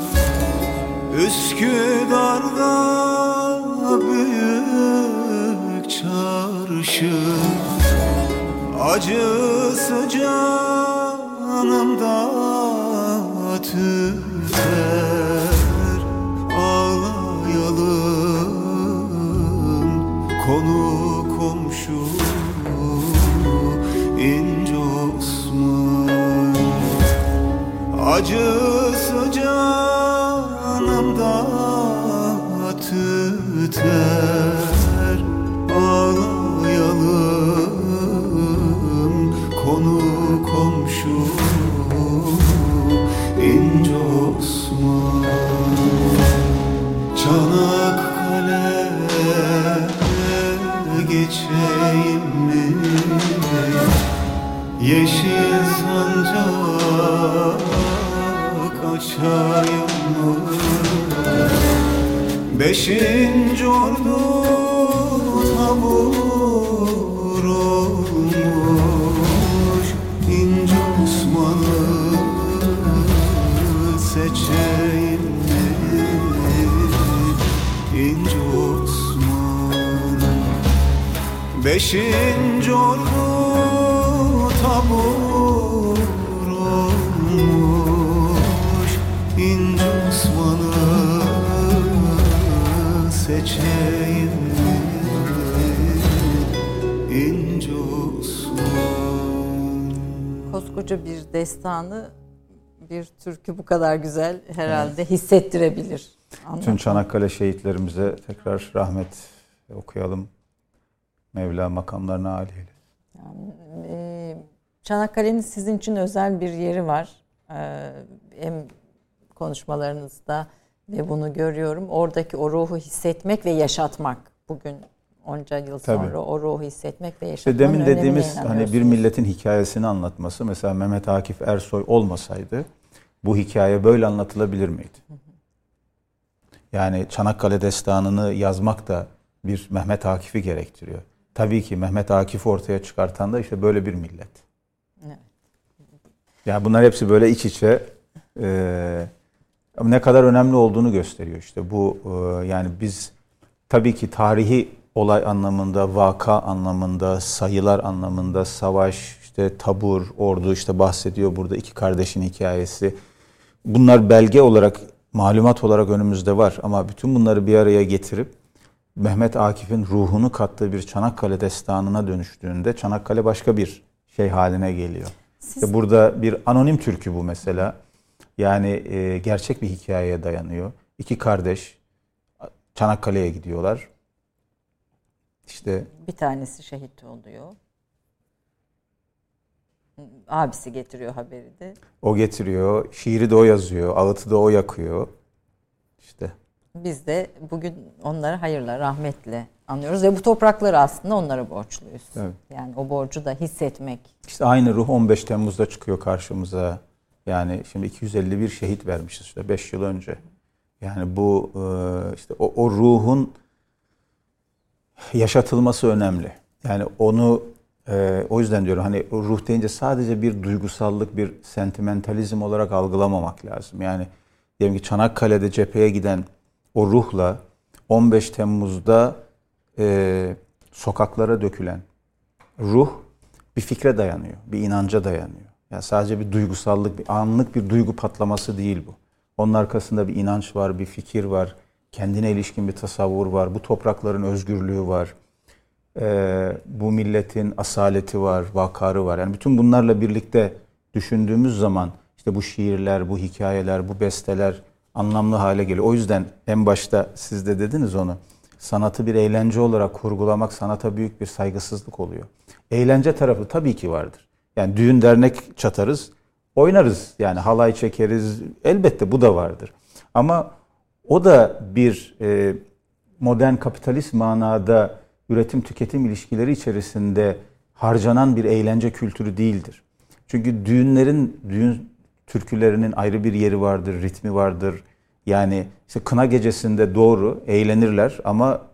Üsküdar'da büyük çarşı, acısı canımda tüter. Ağlayalım konu komşu İnce Osman. Acısı canımda tüter. Ağlayalım konu komşu İnce Osman. Çanakkale geçeyim mi? Yeşil sancak açayım mı? Beşinci ordu tabur olmuş, İnce Osman'ı seçeyim mi? İnce Osman. Beşinci ordu tabur olmuş, İnce Osman'ı seçeyim mi? İnce Osman. Koskoca bir destanı bir türkü bu kadar güzel herhalde hissettirebilir. Bütün Çanakkale şehitlerimize tekrar rahmet okuyalım. Mevla makamlarına âli eylesin. Yani, e, Çanakkale'nin sizin için özel bir yeri var. E, hem konuşmalarınızda ve bunu görüyorum. Oradaki o ruhu hissetmek ve yaşatmak. Bugün onca yıl Tabii. sonra o ruhu hissetmek ve İşte yaşatmanın demin önemine dediğimiz hani bir inanıyorsunuz. milletin hikayesini anlatması, mesela Mehmet Akif Ersoy olmasaydı bu hikaye böyle anlatılabilir miydi? Yani Çanakkale destanını yazmak da bir Mehmet Akif'i gerektiriyor. Tabii ki Mehmet Akif'i ortaya çıkartan da işte böyle bir millet. Evet. Yani bunlar hepsi böyle iç içe e, ne kadar önemli olduğunu gösteriyor. İşte bu e, yani biz tabii ki tarihi olay anlamında, vaka anlamında, sayılar anlamında, savaş, işte tabur, ordu, işte bahsediyor burada iki kardeşin hikayesi. Bunlar belge olarak, malumat olarak önümüzde var ama bütün bunları bir araya getirip Mehmet Akif'in ruhunu kattığı bir Çanakkale destanına dönüştüğünde Çanakkale başka bir şey haline geliyor. Siz... İşte burada bir anonim türkü bu mesela. Yani e, gerçek bir hikayeye dayanıyor. İki kardeş Çanakkale'ye gidiyorlar. İşte bir tanesi şehit oluyor. Abisi getiriyor haberi de. O getiriyor, şiiri de o yazıyor, ağıtı da o yakıyor. İşte. Biz de bugün onları hayırla, rahmetle anıyoruz ve bu toprakları aslında onlara borçluyuz. Evet. Yani o borcu da hissetmek. İşte aynı ruh on beş Temmuz'da çıkıyor karşımıza. Yani şimdi iki yüz elli bir şehit vermişiz işte beş yıl önce. Yani bu işte o, o ruhun yaşatılması önemli. Yani onu e, o yüzden diyorum hani ruh deyince sadece bir duygusallık, bir sentimentalizm olarak algılamamak lazım. Yani diyelim ki Çanakkale'de cepheye giden o ruhla on beş Temmuz'da e, sokaklara dökülen ruh bir fikre dayanıyor, bir inanca dayanıyor. Yani sadece bir duygusallık, bir anlık bir duygu patlaması değil bu. Onun arkasında bir inanç var, bir fikir var, kendine ilişkin bir tasavvur var, bu toprakların özgürlüğü var, ee, bu milletin asaleti var, vakarı var. Yani bütün bunlarla birlikte düşündüğümüz zaman işte bu şiirler, bu hikayeler, bu besteler anlamlı hale geliyor. O yüzden en başta siz de dediniz onu, sanatı bir eğlence olarak kurgulamak sanata büyük bir saygısızlık oluyor. Eğlence tarafı tabii ki vardır. Yani düğün dernek çatarız, oynarız. Yani halay çekeriz. Elbette bu da vardır. Ama o da bir e, modern kapitalist manada üretim tüketim ilişkileri içerisinde harcanan bir eğlence kültürü değildir. Çünkü düğünlerin, düğün türkülerinin ayrı bir yeri vardır, ritmi vardır. Yani işte kına gecesinde doğru eğlenirler ama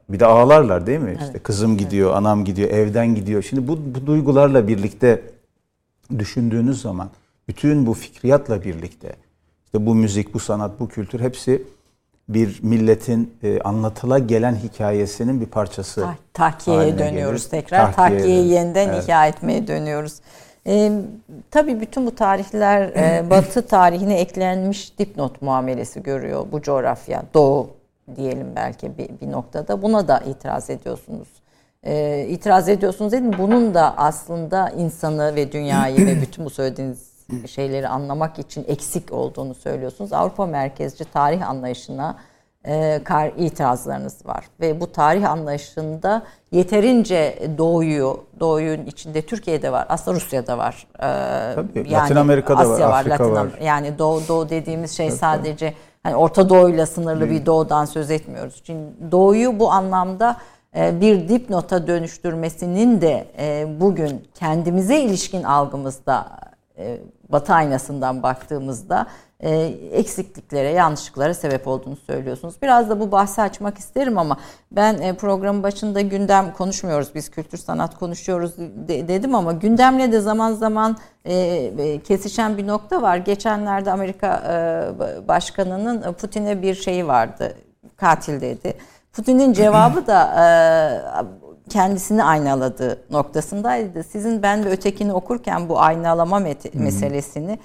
bir de ağlarlar değil mi? Evet. İşte kızım gidiyor, evet. anam gidiyor, evden gidiyor. Şimdi bu, bu duygularla birlikte düşündüğünüz zaman bütün bu fikriyatla birlikte işte bu müzik, bu sanat, bu kültür hepsi bir milletin e, anlatıla gelen hikayesinin bir parçası. Ta- tahkiyeye dönüyoruz gelir. tekrar. Tahkiye Tahkiyeyi yeniden evet. ihya etmeye dönüyoruz. E, tabii bütün bu tarihler e, Batı tarihine eklenmiş dipnot muamelesi görüyor bu coğrafya. Doğu diyelim belki bir, bir noktada. Buna da itiraz ediyorsunuz. E, itiraz ediyorsunuz dedim. Bunun da aslında insanı ve dünyayı ve bütün bu söylediğiniz şeyleri anlamak için eksik olduğunu söylüyorsunuz. Avrupa merkezci tarih anlayışına e, kar itirazlarınız var ve bu tarih anlayışında yeterince doğuyu, doğuyun içinde Türkiye'de var, aslında Rusya'da var. E, Tabii, yani Latin Amerika'da Asya var, Afrika Latin, var. Yani doğu, doğu dediğimiz şey tabii, sadece hani Orta Doğu'yla sınırlı bir doğudan söz etmiyoruz. Çünkü doğuyu bu anlamda bir dipnota dönüştürmesinin de bugün kendimize ilişkin algımızda Batı aynasından baktığımızda eksikliklere, yanlışlıklara sebep olduğunu söylüyorsunuz. Biraz da bu bahsi açmak isterim ama ben programın başında gündem konuşmuyoruz, biz kültür sanat konuşuyoruz dedim ama gündemle de zaman zaman kesişen bir nokta var. Geçenlerde Amerika Başkanı'nın Putin'e bir şeyi vardı, katil dedi. Putin'in cevabı da kendisini aynaladığı noktasındaydı. Sizin ben ve ötekini okurken bu aynalama met- meselesini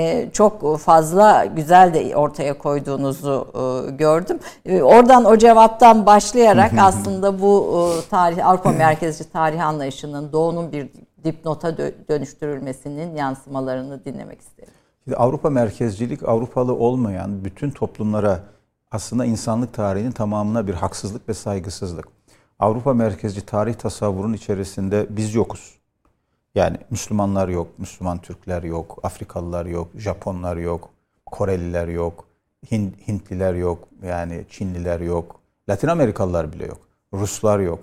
çok fazla güzel de ortaya koyduğunuzu gördüm. Oradan o cevaptan başlayarak aslında bu tarih Avrupa merkezci tarih anlayışının Doğu'nun bir dipnota dönüştürülmesinin yansımalarını dinlemek isterim. Şimdi Avrupa merkezcilik Avrupalı olmayan bütün toplumlara aslında insanlık tarihinin tamamına bir haksızlık ve saygısızlık. Avrupa merkezci tarih tasavvurun içerisinde biz yokuz. Yani Müslümanlar yok, Müslüman Türkler yok, Afrikalılar yok, Japonlar yok, Koreliler yok, Hintliler yok, yani Çinliler yok, Latin Amerikalılar bile yok, Ruslar yok.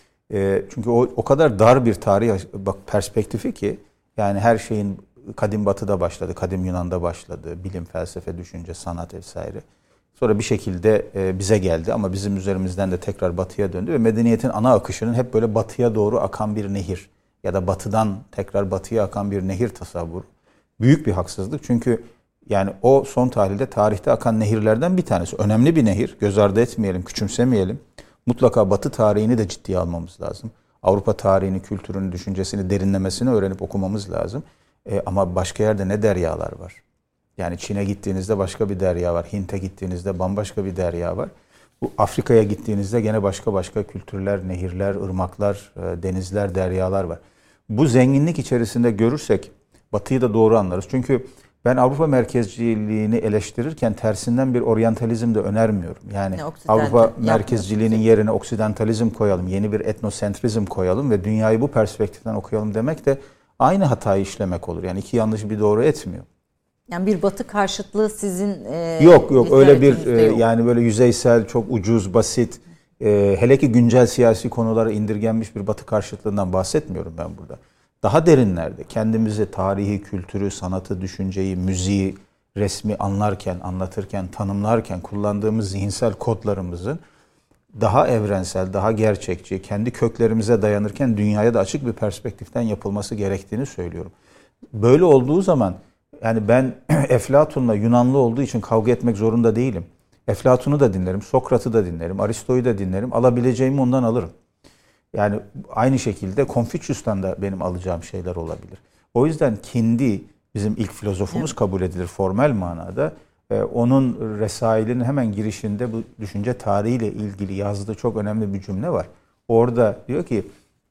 E, çünkü o o kadar dar bir tarih bak perspektifi ki yani her şeyin kadim Batı'da başladı, kadim Yunan'da başladı, bilim, felsefe, düşünce, sanat vesaire. Sonra bir şekilde bize geldi ama bizim üzerimizden de tekrar batıya döndü ve medeniyetin ana akışının hep böyle batıya doğru akan bir nehir ya da batıdan tekrar batıya akan bir nehir tasavvuru. Büyük bir haksızlık çünkü yani o son tahlilde tarihte akan nehirlerden bir tanesi. Önemli bir nehir, göz ardı etmeyelim, küçümsemeyelim. Mutlaka Batı tarihini de ciddiye almamız lazım. Avrupa tarihini, kültürünü, düşüncesini derinlemesine öğrenip okumamız lazım. E, ama başka yerde ne deryalar var. Yani Çin'e gittiğinizde başka bir derya var. Hint'e gittiğinizde bambaşka bir derya var. Bu Afrika'ya gittiğinizde gene başka başka kültürler, nehirler, ırmaklar, denizler, deryalar var. Bu zenginlik içerisinde görürsek Batı'yı da doğru anlarız. Çünkü ben Avrupa merkezciliğini eleştirirken tersinden bir oryantalizm de önermiyorum. Yani ne, Avrupa merkezciliğinin yerine oksidantalizm koyalım, yeni bir etnosentrizm koyalım ve dünyayı bu perspektiften okuyalım demek de aynı hatayı işlemek olur. Yani iki yanlış bir doğru etmiyor. Yani bir Batı karşıtlığı sizin e, yok yok öyle bir e, yok. Yani böyle yüzeysel, çok ucuz, basit, e, hele ki güncel siyasi konulara indirgenmiş bir Batı karşıtlığından bahsetmiyorum ben burada. Daha derinlerde kendimizi, tarihi, kültürü, sanatı, düşünceyi, müziği, resmi anlarken, anlatırken, tanımlarken kullandığımız zihinsel kodlarımızın daha evrensel, daha gerçekçi, kendi köklerimize dayanırken dünyaya da açık bir perspektiften yapılması gerektiğini söylüyorum. Böyle olduğu zaman yani ben Eflatun'la Yunanlı olduğu için kavga etmek zorunda değilim. Eflatun'u da dinlerim, Sokrat'ı da dinlerim, Aristo'yu da dinlerim. Alabileceğimi ondan alırım. Yani aynı şekilde Konfüçyüs'ten de benim alacağım şeyler olabilir. O yüzden Kindi bizim ilk filozofumuz evet. kabul edilir formel manada. Ee, onun Resail'in hemen girişinde bu düşünce tarihiyle ilgili yazdığı çok önemli bir cümle var. Orada diyor ki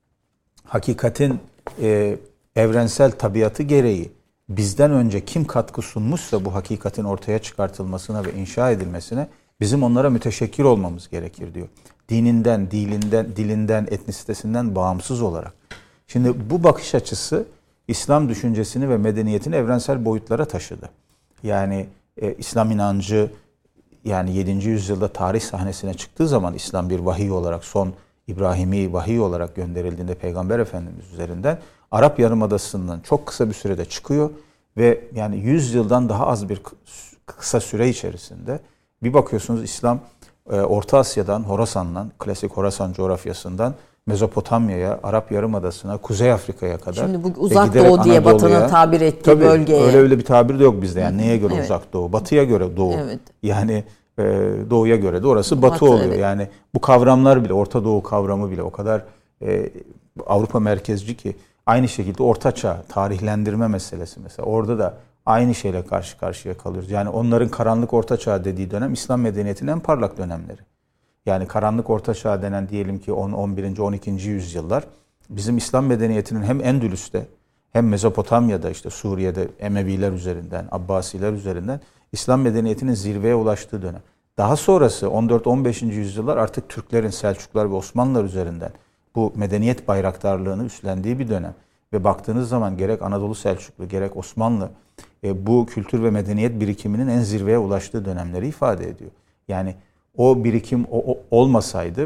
hakikatin e, evrensel tabiatı gereği bizden önce kim katkı sunmuşsa bu hakikatin ortaya çıkartılmasına ve inşa edilmesine bizim onlara müteşekkir olmamız gerekir diyor. Dininden, dilinden, dilinden, etnisitesinden bağımsız olarak. Şimdi bu bakış açısı İslam düşüncesini ve medeniyetini evrensel boyutlara taşıdı. Yani e, İslam inancı yani yedinci yüzyılda tarih sahnesine çıktığı zaman İslam bir vahiy olarak son İbrahimi vahiy olarak gönderildiğinde Peygamber Efendimiz üzerinden Arap Yarımadası'ndan çok kısa bir sürede çıkıyor ve yani yüz yıldan daha az bir kısa süre içerisinde bir bakıyorsunuz İslam e, Orta Asya'dan, Horasan'dan, klasik Horasan coğrafyasından Mezopotamya'ya, Arap Yarımadası'na, Kuzey Afrika'ya kadar. Şimdi bu uzak giderek doğu diye Anadolu'ya, Batı'nın tabir ettiği tabii, bölgeye. Öyle öyle bir tabir de yok bizde. Yani neye göre Evet. uzak doğu? Batı'ya göre doğu. Evet. Yani e, doğuya göre de orası batı, Batı, oluyor. evet. Yani bu kavramlar bile, Orta Doğu kavramı bile o kadar e, Avrupa merkezci ki, aynı şekilde Orta Çağ tarihlendirme meselesi mesela. Orada da aynı şeyle karşı karşıya kalıyoruz. Yani onların karanlık Orta Çağ dediği dönem İslam medeniyetinin en parlak dönemleri. Yani karanlık Orta Çağ denen diyelim ki on, on birinci on ikinci yüzyıllar bizim İslam medeniyetinin hem Endülüs'te hem Mezopotamya'da, işte Suriye'de Emeviler üzerinden, Abbasiler üzerinden İslam medeniyetinin zirveye ulaştığı dönem. Daha sonrası on dört on beşinci yüzyıllar artık Türklerin, Selçuklular ve Osmanlılar üzerinden bu medeniyet bayraktarlığını üstlendiği bir dönem. Ve baktığınız zaman gerek Anadolu Selçuklu gerek Osmanlı e, bu kültür ve medeniyet birikiminin en zirveye ulaştığı dönemleri ifade ediyor. Yani o birikim o, o, olmasaydı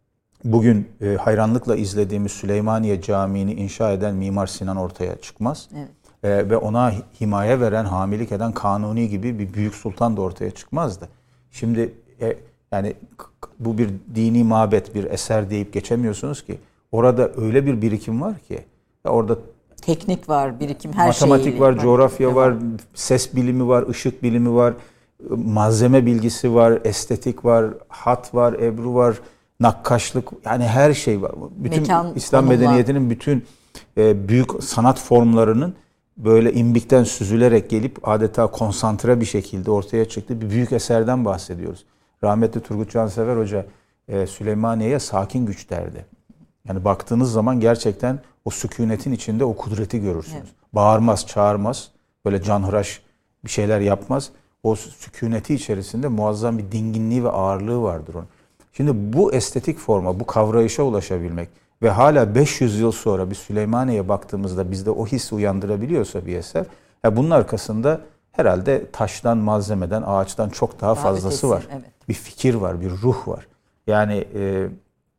bugün e, hayranlıkla izlediğimiz Süleymaniye Camii'ni inşa eden Mimar Sinan ortaya çıkmaz. Evet. E, ve ona himaye veren, hamilik eden Kanuni gibi bir büyük sultan da ortaya çıkmazdı. Şimdi e, yani bu bir dini mabet, bir eser deyip geçemiyorsunuz ki. Orada öyle bir birikim var ki. Orada teknik var, birikim, her şey. Matematik var, coğrafya var, ses bilimi var, ışık bilimi var, malzeme bilgisi var, estetik var, hat var, ebru var, nakkaşlık, yani her şey var. Bütün Mekan, İslam konumlar. medeniyetinin bütün e, büyük sanat formlarının böyle imbikten süzülerek gelip adeta konsantre bir şekilde ortaya çıktığı bir büyük eserden bahsediyoruz. Rahmetli Turgut Cansever Hoca e, Süleymaniye'ye sakin güç derdi. Yani baktığınız zaman gerçekten o sükunetin içinde o kudreti görürsünüz. Evet. Bağırmaz, çağırmaz, böyle canhıraş bir şeyler yapmaz. O sükuneti içerisinde muazzam bir dinginliği ve ağırlığı vardır onun. Şimdi bu estetik forma, bu kavrayışa ulaşabilmek ve hala beş yüz yıl sonra bir Süleymaniye'ye baktığımızda bizde o hissi uyandırabiliyorsa bir eser, ya bunun arkasında herhalde taştan, malzemeden, ağaçtan çok daha, daha fazlası ötesi, var. Evet. Bir fikir var, bir ruh var. Yani e,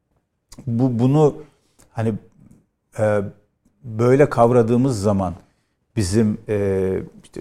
bu bunu hani e, böyle kavradığımız zaman bizim e, işte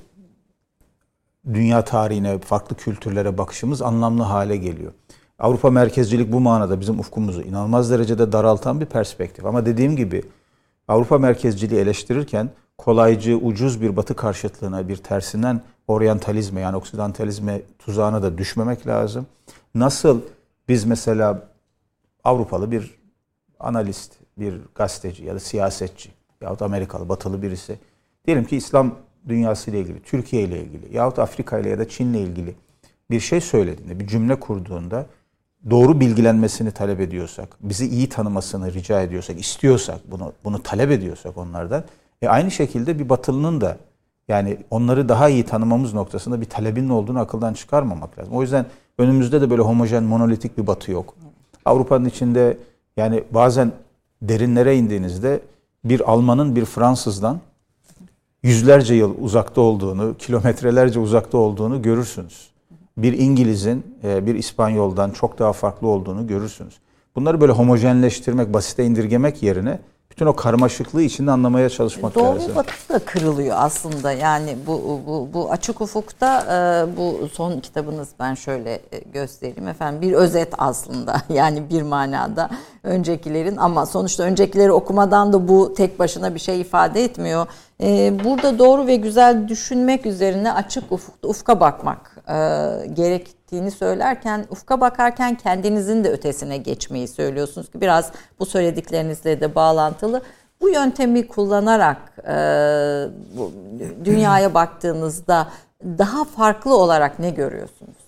dünya tarihine, farklı kültürlere bakışımız anlamlı hale geliyor. Avrupa merkezcilik bu manada bizim ufkumuzu inanılmaz derecede daraltan bir perspektif. Ama dediğim gibi Avrupa merkezciliği eleştirirken kolaycı, ucuz bir batı karşıtlığına, bir tersinden oryantalizme yani oksidantalizme tuzağına da düşmemek lazım. Nasıl biz mesela Avrupalı bir analist, bir gazeteci ya da siyasetçi yahut Amerikalı, batılı birisi diyelim ki İslam dünyası ile ilgili, Türkiye ile ilgili yahut Afrika ile ya da Çin ile ilgili bir şey söylediğinde, bir cümle kurduğunda doğru bilgilenmesini talep ediyorsak, bizi iyi tanımasını rica ediyorsak, istiyorsak, bunu bunu talep ediyorsak onlardan, e aynı şekilde bir batılının da yani onları daha iyi tanımamız noktasında bir talebinin olduğunu akıldan çıkarmamak lazım. O yüzden önümüzde de böyle homojen, monolitik bir batı yok. Avrupa'nın içinde yani bazen derinlere indiğinizde bir Almanın bir Fransızdan yüzlerce yıl uzakta olduğunu, kilometrelerce uzakta olduğunu görürsünüz. Bir İngiliz'in bir İspanyol'dan çok daha farklı olduğunu görürsünüz. Bunları böyle homojenleştirmek, basite indirgemek yerine bütün o karmaşıklığı içinde anlamaya çalışmak Doğu lazım. Doğu Batı da kırılıyor aslında. Yani bu bu bu açık ufukta bu son kitabınız, ben şöyle göstereyim efendim, bir özet aslında. Yani bir manada öncekilerin, ama sonuçta öncekileri okumadan da bu tek başına bir şey ifade etmiyor. Burada doğru ve güzel düşünmek üzerine açık ufukta ufka bakmak gerektiğini söylerken, ufka bakarken kendinizin de ötesine geçmeyi söylüyorsunuz ki biraz bu söylediklerinizle de bağlantılı. Bu yöntemi kullanarak e, bu, dünyaya baktığınızda daha farklı olarak ne görüyorsunuz?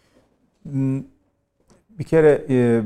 Bir kere e,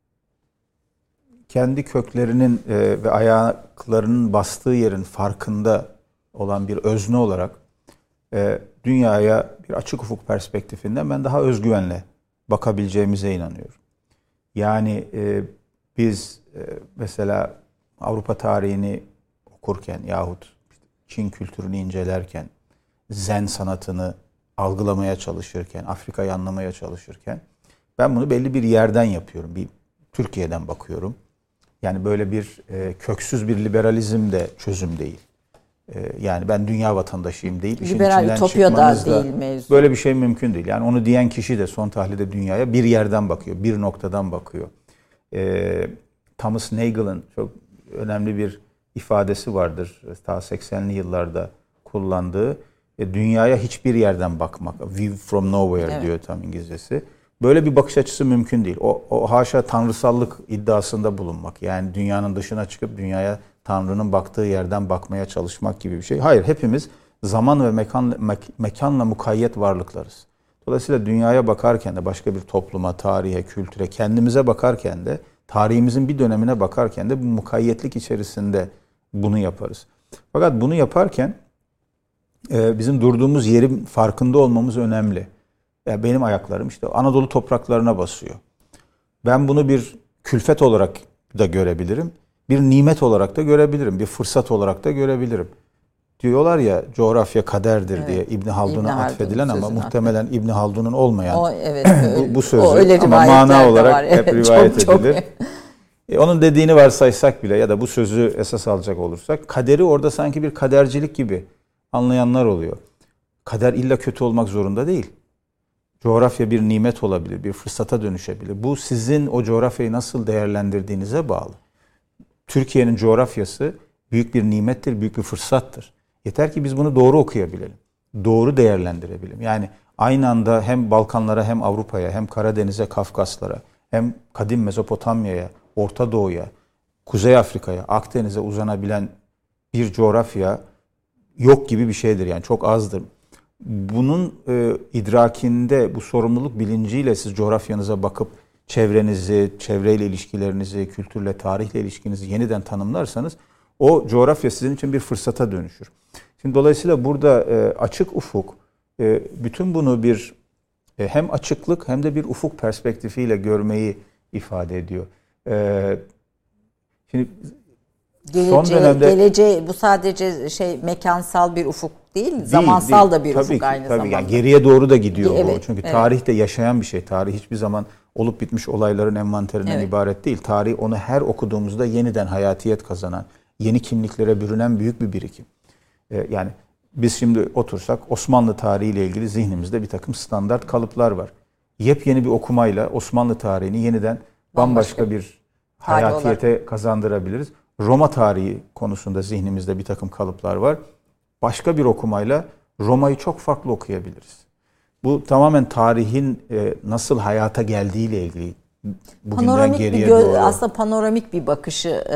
kendi köklerinin e, ve ayaklarının bastığı yerin farkında olan bir özne olarak e, dünyaya bir açık ufuk perspektifinden ben daha özgüvenle bakabileceğimize inanıyorum. Yani e, biz e, mesela Avrupa tarihini okurken yahut Çin kültürünü incelerken, Zen sanatını algılamaya çalışırken, Afrika'yı anlamaya çalışırken ben bunu belli bir yerden yapıyorum. Bir Türkiye'den bakıyorum. Yani böyle bir e, köksüz bir liberalizm de çözüm değil. Yani ben dünya vatandaşıyım değil. İşin Liberal içinden ütopya da çıkmanız da değil mevzu. böyle bir şey mümkün değil. Yani onu diyen kişi de son tahlilde dünyaya bir yerden bakıyor, bir noktadan bakıyor. Ee, Thomas Nagel'ın çok önemli bir ifadesi vardır. Ta seksenli yıllarda kullandığı. E, dünyaya hiçbir yerden bakmak. View from nowhere evet. diyor tam İngilizcesi. Böyle bir bakış açısı mümkün değil. O, o haşa tanrısallık iddiasında bulunmak. Yani dünyanın dışına çıkıp dünyaya Tanrı'nın baktığı yerden bakmaya çalışmak gibi bir şey. Hayır, hepimiz zaman ve mekan, mek- mekanla mukayyet varlıklarız. Dolayısıyla dünyaya bakarken de başka bir topluma, tarihe, kültüre, kendimize bakarken de tarihimizin bir dönemine bakarken de bu mukayyetlik içerisinde bunu yaparız. Fakat bunu yaparken e, bizim durduğumuz yerin farkında olmamız önemli. Yani benim ayaklarım işte Anadolu topraklarına basıyor. Ben bunu bir külfet olarak da görebilirim. Bir nimet olarak da görebilirim. Bir fırsat olarak da görebilirim. Diyorlar ya coğrafya kaderdir evet. diye İbn Haldun'a İbn atfedilen ama muhtemelen İbn Haldun'un olmayan o, evet, bu, bu sözü o, ama mana olarak var. hep evet, rivayet çok, edilir. Çok. E, onun dediğini varsaysak bile ya da bu sözü esas alacak olursak kaderi orada sanki bir kadercilik gibi anlayanlar oluyor. Kader illa kötü olmak zorunda değil. Coğrafya bir nimet olabilir, bir fırsata dönüşebilir. Bu sizin o coğrafyayı nasıl değerlendirdiğinize bağlı. Türkiye'nin coğrafyası büyük bir nimettir, büyük bir fırsattır. Yeter ki biz bunu doğru okuyabilelim. Doğru değerlendirebilelim. Yani aynı anda hem Balkanlara hem Avrupa'ya hem Karadeniz'e, Kafkaslara hem kadim Mezopotamya'ya, Orta Doğu'ya, Kuzey Afrika'ya, Akdeniz'e uzanabilen bir coğrafya yok gibi bir şeydir. Yani çok azdır. Bunun e, idrakinde, bu sorumluluk bilinciyle siz coğrafyanıza bakıp çevrenizi, çevreyle ilişkilerinizi, kültürle, tarihle ilişkinizi yeniden tanımlarsanız o coğrafya sizin için bir fırsata dönüşür. Şimdi dolayısıyla burada e, açık ufuk, e, bütün bunu bir e, hem açıklık hem de bir ufuk perspektifiyle görmeyi ifade ediyor. E, şimdi geleceğe, son dönemde geleceğe bu sadece şey mekansal bir ufuk değil, değil zamansal değil. da bir tabii ufuk ki, aynı tabii zamanda. Yani geriye doğru da gidiyor evet, bu. Çünkü evet. tarih de yaşayan bir şey. Tarih hiçbir zaman olup bitmiş olayların envanterinden evet. ibaret değil. Tarih onu her okuduğumuzda yeniden hayatiyet kazanan, yeni kimliklere bürünen büyük bir birikim. Ee, yani biz şimdi otursak Osmanlı tarihiyle ilgili zihnimizde bir takım standart kalıplar var. Yepyeni bir okumayla Osmanlı tarihini yeniden bambaşka, bambaşka bir hayatiyete olarak kazandırabiliriz. Roma tarihi konusunda zihnimizde bir takım kalıplar var. Başka bir okumayla Roma'yı çok farklı okuyabiliriz. Bu tamamen tarihin e, nasıl hayata geldiğiyle ilgili. Bugünden panoramik geriye bir gö- doğru. Aslında panoramik bir bakışı e,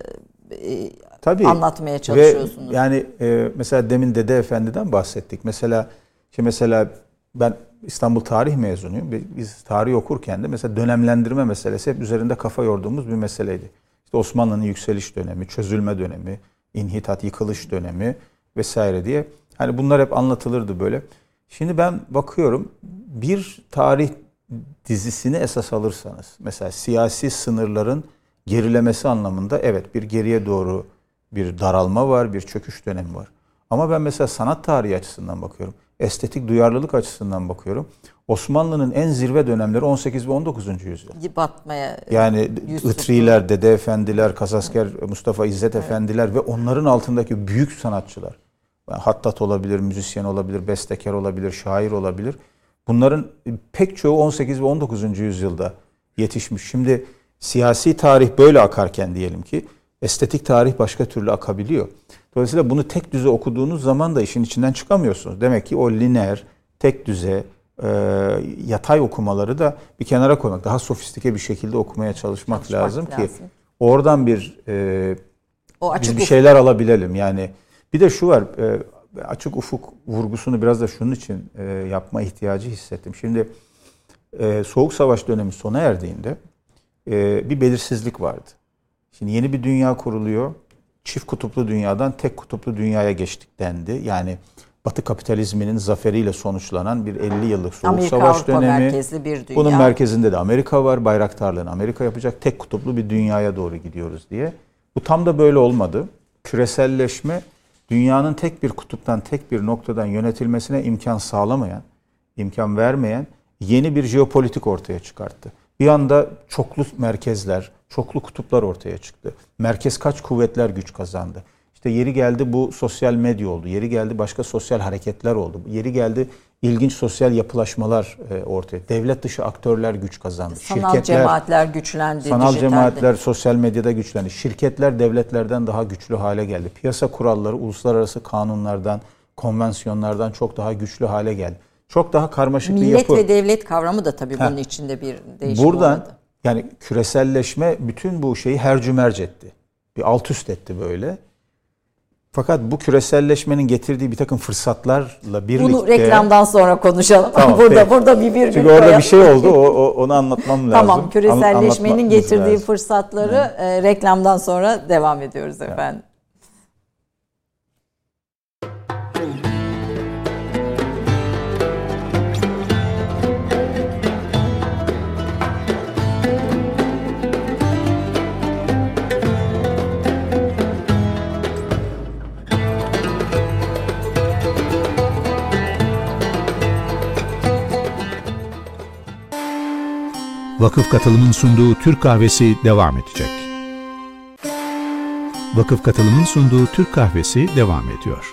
e, Tabii. anlatmaya çalışıyorsunuz. Ve yani e, mesela demin Dede Efendi'den bahsettik. Mesela işte mesela ben İstanbul Tarih mezunuyum. Biz tarih okurken de mesela dönemlendirme meselesi hep üzerinde kafa yorduğumuz bir meseleydi. İşte Osmanlı'nın yükseliş dönemi, çözülme dönemi, inhitat, yıkılış dönemi vesaire diye. Hani bunlar hep anlatılırdı böyle. Şimdi ben bakıyorum bir tarih dizisini esas alırsanız mesela siyasi sınırların gerilemesi anlamında evet bir geriye doğru bir daralma var, bir çöküş dönemi var. Ama ben mesela sanat tarihi açısından bakıyorum, estetik duyarlılık açısından bakıyorum. Osmanlı'nın en zirve dönemleri on sekiz ve on dokuzuncu yüzyıl. Batmaya. Yani Itriler, Dede Efendiler, Kasasker, Mustafa İzzet evet. Efendiler ve onların altındaki büyük sanatçılar. Hattat olabilir, müzisyen olabilir, bestekar olabilir, şair olabilir. Bunların pek çoğu on sekiz ve on dokuzuncu yüzyılda yetişmiş. Şimdi siyasi tarih böyle akarken diyelim ki estetik tarih başka türlü akabiliyor. Dolayısıyla bunu tek düze okuduğunuz zaman da işin içinden çıkamıyorsunuz. Demek ki o lineer, tek düze, e, yatay okumaları da bir kenara koymak, daha sofistike bir şekilde okumaya çalışmak, çalışmak lazım, lazım ki oradan bir e, o biz bir şeyler ufuk. alabilelim. Yani bir de şu var, e, açık ufuk vurgusunu biraz da şunun için e, yapma ihtiyacı hissettim. Şimdi e, Soğuk Savaş dönemi sona erdiğinde e, bir belirsizlik vardı. Şimdi yeni bir dünya kuruluyor. Çift kutuplu dünyadan tek kutuplu dünyaya geçtik dendi. Yani Batı kapitalizminin zaferiyle sonuçlanan bir elli yıllık Soğuk Amerika, Savaş Avrupa dönemi. Merkezli bir dünya. Bunun merkezinde de Amerika var. Bayraktarlığını Amerika yapacak. Tek kutuplu bir dünyaya doğru gidiyoruz diye. Bu tam da böyle olmadı. Küreselleşme dünyanın tek bir kutuptan, tek bir noktadan yönetilmesine imkan sağlamayan, imkan vermeyen yeni bir jeopolitik ortaya çıkarttı. Bir anda çoklu merkezler, çoklu kutuplar ortaya çıktı. Merkez kaç kuvvetler güç kazandı. İşte yeri geldi bu sosyal medya oldu. Yeri geldi başka sosyal hareketler oldu. Yeri geldi ilginç sosyal yapılaşmalar e, ortaya. Devlet dışı aktörler güç kazandı. Sanal Şirketler, cemaatler güçlendi. sanal dijitalde. cemaatler sosyal medyada güçlendi. Şirketler devletlerden daha güçlü hale geldi. Piyasa kuralları uluslararası kanunlardan, konvansiyonlardan çok daha güçlü hale geldi. Çok daha karmaşık Millet bir yapı. ve devlet kavramı da tabii Heh. bunun içinde bir değişim Buradan olmadı. yani küreselleşme bütün bu şeyi hercümerc etti. Bir alt üst etti böyle. Fakat bu küreselleşmenin getirdiği bir takım fırsatlarla birlikte... Bunu reklamdan sonra konuşalım. Tamam, burada peki. burada bir virgül Çünkü orada koyalım. bir şey oldu. O, o, onu anlatmam lazım. Tamam, küreselleşmenin Anlatmamız getirdiği lazım. fırsatları e, reklamdan sonra devam ediyoruz efendim. Vakıf Katılım'ın sunduğu Türk Kahvesi devam edecek. Vakıf Katılım'ın sunduğu Türk Kahvesi devam ediyor.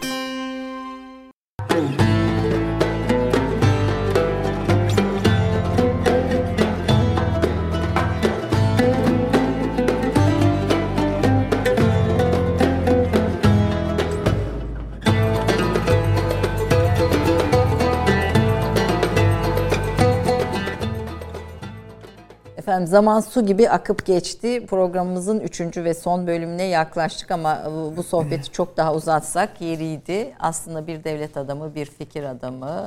Efendim zaman su gibi akıp geçti. Programımızın üçüncü ve son bölümüne yaklaştık ama bu sohbeti çok daha uzatsak yeriydi. Aslında bir devlet adamı, bir fikir adamı,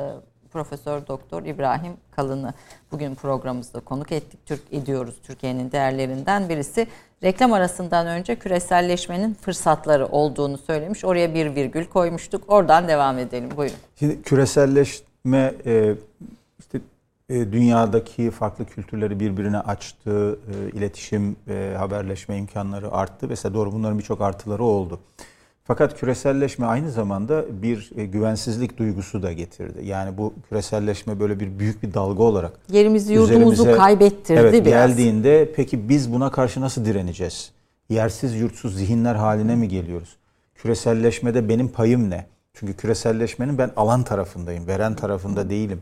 Profesör Doktor İbrahim Kalın'ı bugün programımızda konuk ettik. Türk ediyoruz. Türkiye'nin değerlerinden birisi. Reklam arasından önce küreselleşmenin fırsatları olduğunu söylemiş. Oraya bir virgül koymuştuk. Oradan devam edelim. Buyurun. Şimdi küreselleşme e, işte dünyadaki farklı kültürleri birbirine açtı, iletişim ve haberleşme imkanları arttı. Mesela doğru bunların birçok artıları oldu. Fakat küreselleşme aynı zamanda bir güvensizlik duygusu da getirdi. Yani bu küreselleşme böyle bir büyük bir dalga olarak yerimizi yurdumuzu kaybettirdi evet, biraz. Geldiğinde peki biz buna karşı nasıl direneceğiz? Yersiz yurtsuz zihinler haline mi geliyoruz? Küreselleşmede benim payım ne? Çünkü küreselleşmenin ben alan tarafındayım, veren tarafında değilim.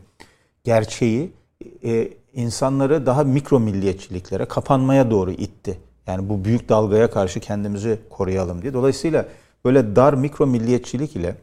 Gerçeği e, insanları daha mikro milliyetçiliklere, kapanmaya doğru itti. Yani bu büyük dalgaya karşı kendimizi koruyalım diye. Dolayısıyla böyle dar mikro milliyetçilik ile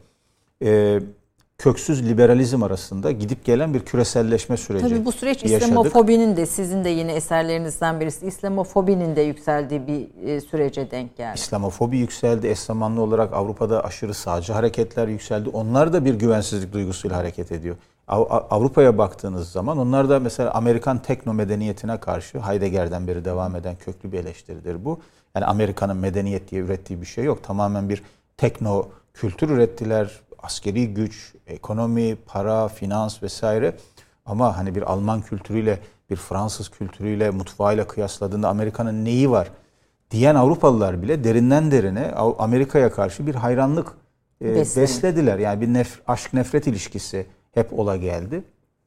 e, köksüz liberalizm arasında gidip gelen bir küreselleşme süreci Tabii bu süreç yaşadık. İslamofobinin de sizin de yine eserlerinizden birisi İslamofobinin de yükseldiği bir e, sürece denk geldi. İslamofobi yükseldi. Eş zamanlı olarak Avrupa'da aşırı sağcı hareketler yükseldi. Onlar da bir güvensizlik duygusuyla hareket ediyor. Avrupa'ya baktığınız zaman onlar da mesela Amerikan tekno medeniyetine karşı Heidegger'den beri devam eden köklü bir eleştiridir bu. Yani Amerika'nın medeniyet diye ürettiği bir şey yok. Tamamen bir tekno kültür ürettiler. Askeri güç, ekonomi, para, finans vesaire. Ama hani bir Alman kültürüyle, bir Fransız kültürüyle, mutfağıyla kıyasladığında Amerika'nın neyi var diyen Avrupalılar bile derinden derine Amerika'ya karşı bir hayranlık e, beslediler. Yani bir nef- aşk-nefret ilişkisi hep ola geldi.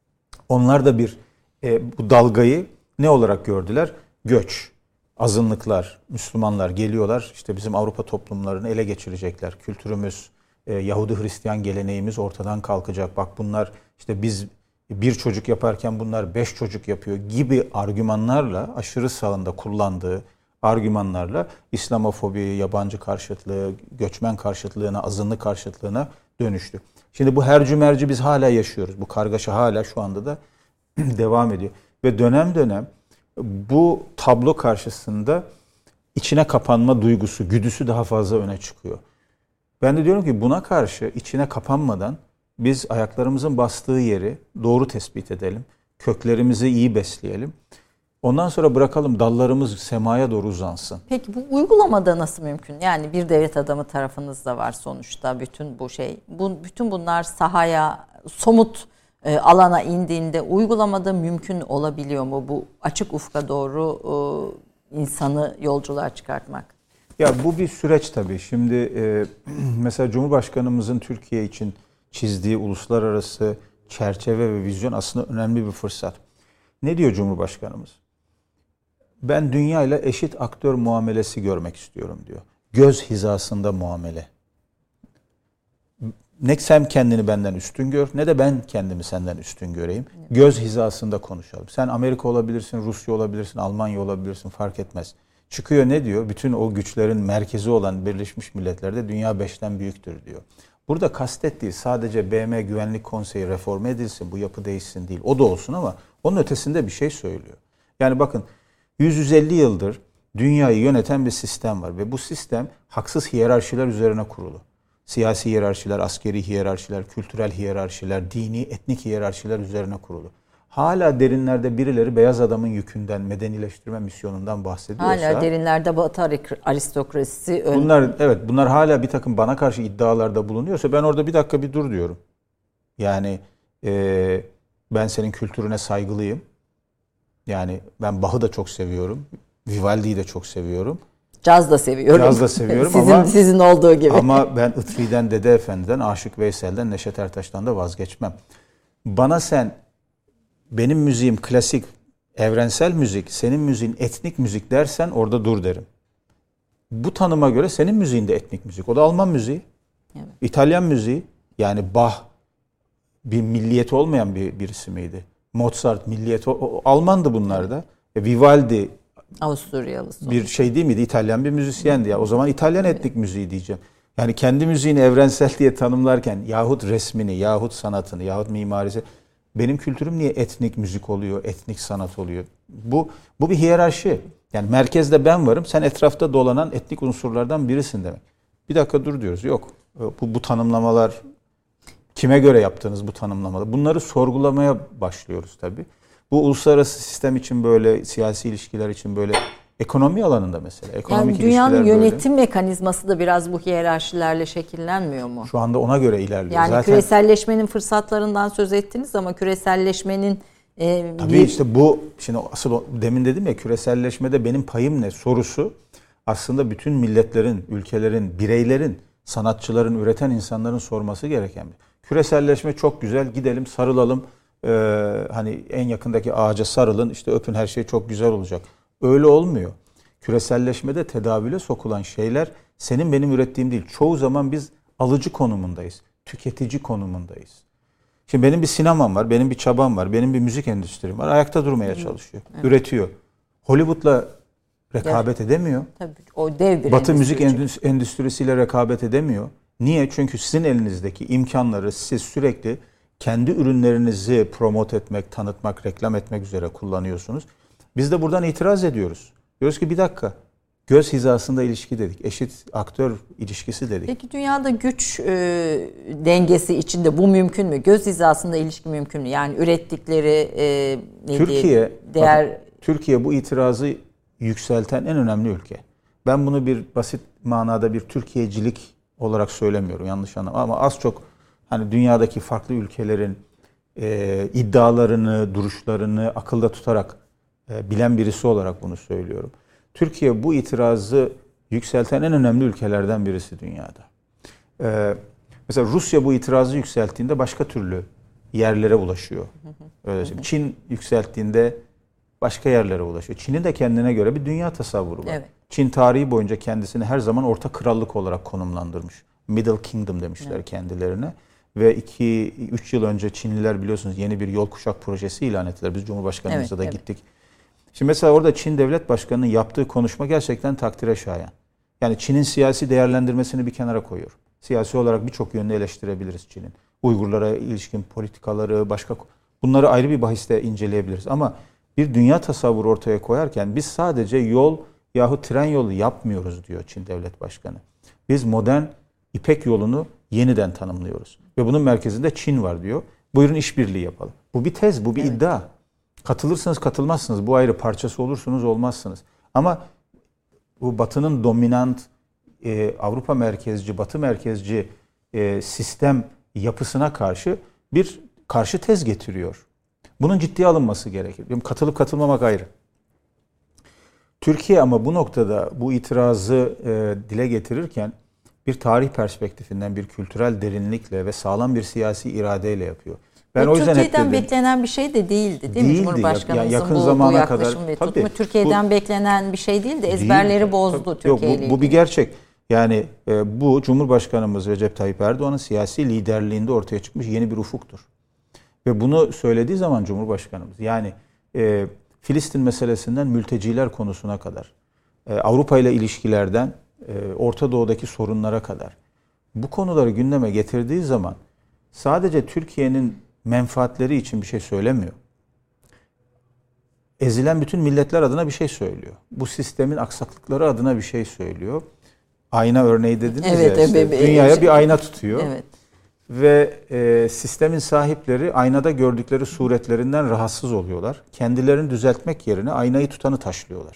Onlar da bir e, bu dalgayı ne olarak gördüler? Göç, azınlıklar, Müslümanlar geliyorlar. İşte bizim Avrupa toplumlarını ele geçirecekler. Kültürümüz, e, Yahudi Hristiyan geleneğimiz ortadan kalkacak. Bak bunlar işte biz bir çocuk yaparken bunlar beş çocuk yapıyor gibi argümanlarla, aşırı sağında kullandığı argümanlarla İslamofobi, yabancı karşıtlığı, göçmen karşıtlığına, azınlık karşıtlığına dönüştü. Şimdi bu hercümerci biz hala yaşıyoruz. Bu kargaşa hala şu anda da devam ediyor. Ve dönem dönem bu tablo karşısında içine kapanma duygusu, güdüsü daha fazla öne çıkıyor. Ben de diyorum ki buna karşı içine kapanmadan biz ayaklarımızın bastığı yeri doğru tespit edelim. Köklerimizi iyi besleyelim. Ondan sonra bırakalım dallarımız semaya doğru uzansın. Peki bu uygulamada nasıl mümkün? Yani bir devlet adamı tarafınızda var sonuçta bütün bu şey. Bu, bütün bunlar sahaya, somut e, alana indiğinde uygulamada mümkün olabiliyor mu? Bu açık ufka doğru e, insanı yolculuğa çıkartmak. Ya bu bir süreç tabii. Şimdi e, mesela Cumhurbaşkanımızın Türkiye için çizdiği uluslararası çerçeve ve vizyon aslında önemli bir fırsat. Ne diyor Cumhurbaşkanımız? Ben dünyayla eşit aktör muamelesi görmek istiyorum diyor. göz hizasında muamele. Ne sen kendini benden üstün gör, ne de ben kendimi senden üstün göreyim. Göz hizasında konuşalım. Sen Amerika olabilirsin, Rusya olabilirsin, Almanya olabilirsin, fark etmez. Çıkıyor ne diyor? Bütün o güçlerin merkezi olan Birleşmiş Milletler'de dünya beşten büyüktür diyor. Burada kastettiği sadece B M Güvenlik Konseyi reforme edilsin, bu yapı değişsin değil. O da olsun ama onun ötesinde bir şey söylüyor. Yani bakın yüz yüz elli yıldır dünyayı yöneten bir sistem var ve bu sistem haksız hiyerarşiler üzerine kurulu. Siyasi hiyerarşiler, askeri hiyerarşiler, kültürel hiyerarşiler, dini, etnik hiyerarşiler üzerine kurulu. Hala derinlerde birileri beyaz adamın yükünden, medenileştirme misyonundan bahsediyorsa... Hala derinlerde Batı aristokrasisi... Ön... Bunlar, evet, bunlar hala bir takım bana karşı iddialarda bulunuyorsa ben orada bir dakika bir dur diyorum. Yani e, ben senin kültürüne saygılıyım. Yani ben Bach'ı da çok seviyorum. Vivaldi'yi de çok seviyorum. Caz da seviyorum. Caz da seviyorum sizin, ama... Sizin olduğu gibi. Ama ben Itri'den, Dede Efendi'den, Aşık Veysel'den, Neşet Ertaş'tan da vazgeçmem. Bana sen benim müziğim klasik, evrensel müzik, senin müziğin etnik müzik dersen orada dur derim. Bu tanıma göre senin müziğin de etnik müzik. O da Alman müziği, evet. İtalyan müziği. Yani Bach bir milliyeti olmayan bir birisi miydi? Mozart milliyeti, o, o, Almandı bunlar da. E, Vivaldi Avusturyalı bir şey değil miydi? İtalyan bir müzisyendi ya. O zaman İtalyan etnik müziği diyeceğim. Yani kendi müziğini evrensel diye tanımlarken yahut resmini, yahut sanatını, yahut mimarisi, benim kültürüm niye etnik müzik oluyor, etnik sanat oluyor? Bu bu bir hiyerarşi. Yani merkezde ben varım, sen etrafta dolanan etnik unsurlardan birisin demek. Bir dakika dur diyoruz. Yok. Bu, bu tanımlamalar kime göre yaptığınız bu tanımlamalar? Bunları sorgulamaya başlıyoruz tabii. Bu uluslararası sistem için böyle, siyasi ilişkiler için böyle, ekonomi alanında mesela. Ekonomik yani dünyanın yönetim böyle. mekanizması da biraz bu hiyerarşilerle şekillenmiyor mu? Şu anda ona göre ilerliyor. Yani zaten küreselleşmenin fırsatlarından söz ettiniz ama küreselleşmenin... E, tabii bir... işte bu, şimdi asıl demin dedim ya, küreselleşmede benim payım ne sorusu aslında bütün milletlerin, ülkelerin, bireylerin, sanatçıların, üreten insanların sorması gereken bir. Küreselleşme çok güzel, gidelim sarılalım, ee, hani en yakındaki ağaca sarılın, işte öpün, her şey çok güzel olacak. Öyle olmuyor. Küreselleşmede tedavüle sokulan şeyler senin benim ürettiğim değil. Çoğu zaman biz alıcı konumundayız, tüketici konumundayız. Şimdi benim bir sinemam var, benim bir çabam var, benim bir müzik endüstrim var. Ayakta durmaya çalışıyor, evet. Üretiyor. Hollywood'la rekabet evet. edemiyor. Tabii, o dev bir Batı müzik endüstri. endüstrisiyle rekabet edemiyor. Niye? Çünkü sizin elinizdeki imkanları siz sürekli kendi ürünlerinizi promote etmek, tanıtmak, reklam etmek üzere kullanıyorsunuz. Biz de buradan itiraz ediyoruz. Diyoruz ki bir dakika, göz hizasında ilişki dedik, eşit aktör ilişkisi dedik. Peki dünyada güç e, dengesi içinde bu mümkün mü? Göz hizasında ilişki mümkün mü? Yani ürettikleri e, ne Türkiye, diye, değer... bakın, Türkiye bu itirazı yükselten en önemli ülke. Ben bunu bir basit manada bir Türkiyecilik olarak söylemiyorum, yanlış anlama, ama az çok hani dünyadaki farklı ülkelerin e, iddialarını, duruşlarını akılda tutarak e, bilen birisi olarak bunu söylüyorum. Türkiye bu itirazı yükselten en önemli ülkelerden birisi dünyada. E, mesela Rusya bu itirazı yükselttiğinde başka türlü yerlere ulaşıyor. Öyle söyleyeyim. Çin yükselttiğinde başka yerlere ulaşıyor. Çin'in de kendine göre bir dünya tasavvuru var. Evet. Çin tarihi boyunca kendisini her zaman orta krallık olarak konumlandırmış. Middle Kingdom demişler evet. kendilerine. Ve iki üç yıl önce Çinliler biliyorsunuz yeni bir yol kuşak projesi ilan ettiler. Biz Cumhurbaşkanımıza evet, da gittik. Evet. Şimdi mesela orada Çin Devlet Başkanı'nın yaptığı konuşma gerçekten takdire şayan. Yani Çin'in siyasi değerlendirmesini bir kenara koyuyorum. Siyasi olarak birçok yönde eleştirebiliriz Çin'in. Uygurlara ilişkin politikaları, başka bunları ayrı bir bahiste inceleyebiliriz. Ama bir dünya tasavvuru ortaya koyarken biz sadece yol yahut tren yolu yapmıyoruz diyor Çin Devlet Başkanı. Biz modern İpek yolunu yeniden tanımlıyoruz. Ve bunun merkezinde Çin var diyor. Buyurun işbirliği yapalım. Bu bir tez, bu bir evet. iddia. Katılırsınız, katılmazsınız. Bu ayrı, parçası olursunuz, olmazsınız. Ama bu Batı'nın dominant, e, Avrupa merkezci, Batı merkezci e, sistem yapısına karşı bir karşı tez getiriyor. Bunun ciddiye alınması gerekir. Katılıp katılmamak ayrı. Türkiye ama bu noktada bu itirazı e, dile getirirken bir tarih perspektifinden, bir kültürel derinlikle ve sağlam bir siyasi iradeyle yapıyor. Ben o yüzden Türkiye'den hep dedim, beklenen bir şey de değildi değil mi? Değildi. Cumhurbaşkanımızın ya, yakın bu, zamana bu yaklaşım kadar, ve tabii, tutma Türkiye'den bu, beklenen bir şey değildi. Ezberleri değil, bozdu tabii, Türkiye yok, ile bu, bu bir gerçek. Yani e, bu Cumhurbaşkanımız Recep Tayyip Erdoğan'ın siyasi liderliğinde ortaya çıkmış yeni bir ufuktur. Ve bunu söylediği zaman Cumhurbaşkanımız yani e, Filistin meselesinden mülteciler konusuna kadar, e, Avrupa ile ilişkilerden e, Orta Doğu'daki sorunlara kadar bu konuları gündeme getirdiği zaman sadece Türkiye'nin menfaatleri için bir şey söylemiyor. Ezilen bütün milletler adına bir şey söylüyor. Bu sistemin aksaklıkları adına bir şey söylüyor. Ayna örneği dediniz evet, ya, işte, evet, dünyaya evet. bir ayna tutuyor. Evet. Ve e, sistemin sahipleri aynada gördükleri suretlerinden rahatsız oluyorlar. Kendilerini düzeltmek yerine aynayı tutanı taşlıyorlar.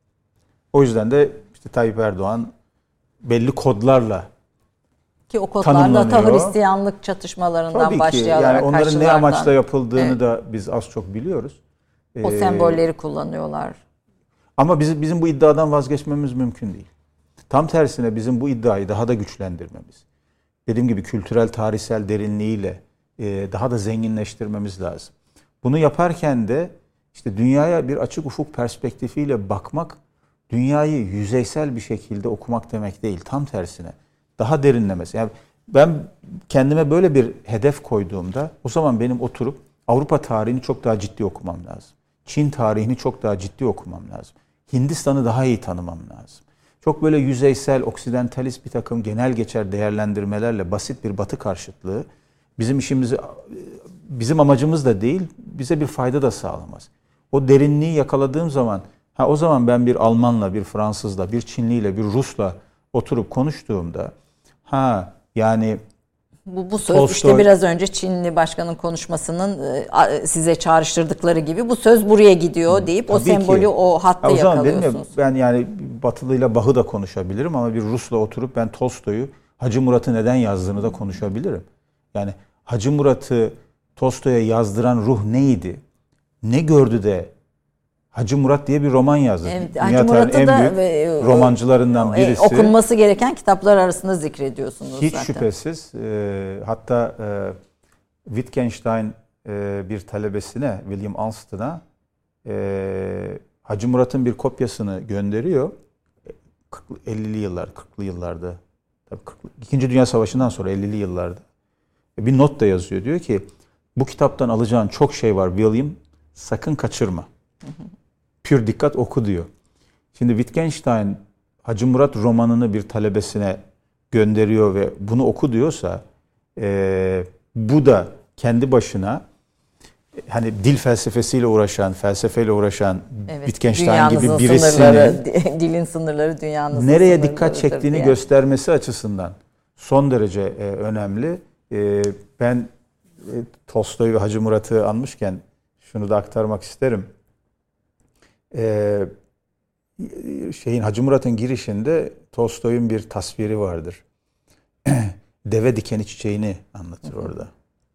O yüzden de işte Tayyip Erdoğan belli kodlarla ki o kodlarla ta tanımlanıyor. Hristiyanlık çatışmalarından Tabii ki başlayarak yani onların ne karşılardan- amaçla yapıldığını Evet. da biz az çok biliyoruz. o Ee, sembolleri kullanıyorlar. Ama bizim, bizim bu iddiadan vazgeçmemiz mümkün değil. Tam tersine bizim bu iddiayı daha da güçlendirmemiz, dediğim gibi kültürel, tarihsel derinliğiyle e, daha da zenginleştirmemiz lazım. Bunu yaparken de işte dünyaya bir açık ufuk perspektifiyle bakmak, dünyayı yüzeysel bir şekilde okumak demek değil. Tam tersine daha derinlemesi. Yani ben kendime böyle bir hedef koyduğumda o zaman benim oturup Avrupa tarihini çok daha ciddi okumam lazım. Çin tarihini çok daha ciddi okumam lazım. Hindistan'ı daha iyi tanımam lazım. Çok böyle yüzeysel, oksidentalist bir takım genel geçer değerlendirmelerle basit bir batı karşıtlığı bizim işimizi, bizim amacımız da değil, bize bir fayda da sağlamaz. O derinliği yakaladığım zaman, ha o zaman ben bir Almanla, bir Fransızla, bir Çinliyle, bir Rus'la oturup konuştuğumda, ha yani Bu, bu söz Tolstoy- işte biraz önce Çinli başkanın konuşmasının e, size çağrıştırdıkları gibi bu söz buraya gidiyor deyip o Tabii ki. sembolü o hatta Ha, o zaman dedim ya, yakalıyorsunuz. ben yani Batılıyla Bach'ı da konuşabilirim ama bir Rus'la oturup ben Tolstoy'u, Hacı Murat'ı neden yazdığını da konuşabilirim. Yani Hacı Murat'ı Tolstoy'a yazdıran ruh neydi? Ne gördü de Hacı Murat diye bir roman yazdı. Evet, Dünya Hacı Murat'ı tarihinin da en büyük ve, romancılarından e, birisi. okunması gereken kitaplar arasında zikrediyorsunuz Hiç zaten. şüphesiz. E, hatta e, Wittgenstein e, bir talebesine, William Alston'a e, Hacı Murat'ın bir kopyasını gönderiyor. ellili yıllar, kırklı yıllarda. Tabii kırklı, İkinci Dünya Savaşı'ndan sonra ellili yıllarda. Bir not da yazıyor. Diyor ki bu kitaptan alacağın çok şey var William. Sakın kaçırma. Hı hı. Pür dikkat oku diyor. Şimdi Wittgenstein Hacı Murat romanını bir talebesine gönderiyor ve bunu oku diyorsa e, bu da kendi başına hani dil felsefesiyle uğraşan, felsefeyle uğraşan Evet, Wittgenstein gibi dünyanızın birisinin sınırları, dilin sınırları dünyanızın nereye sınırlarıdır dikkat çektiğini diye. göstermesi açısından son derece e, önemli. E, ben e, Tolstoy ve Hacı Murat'ı anmışken şunu da aktarmak isterim. E, şeyin Hacı Murat'ın girişinde Tolstoy'un bir tasviri vardır. Deve dikeni çiçeğini anlatır orada.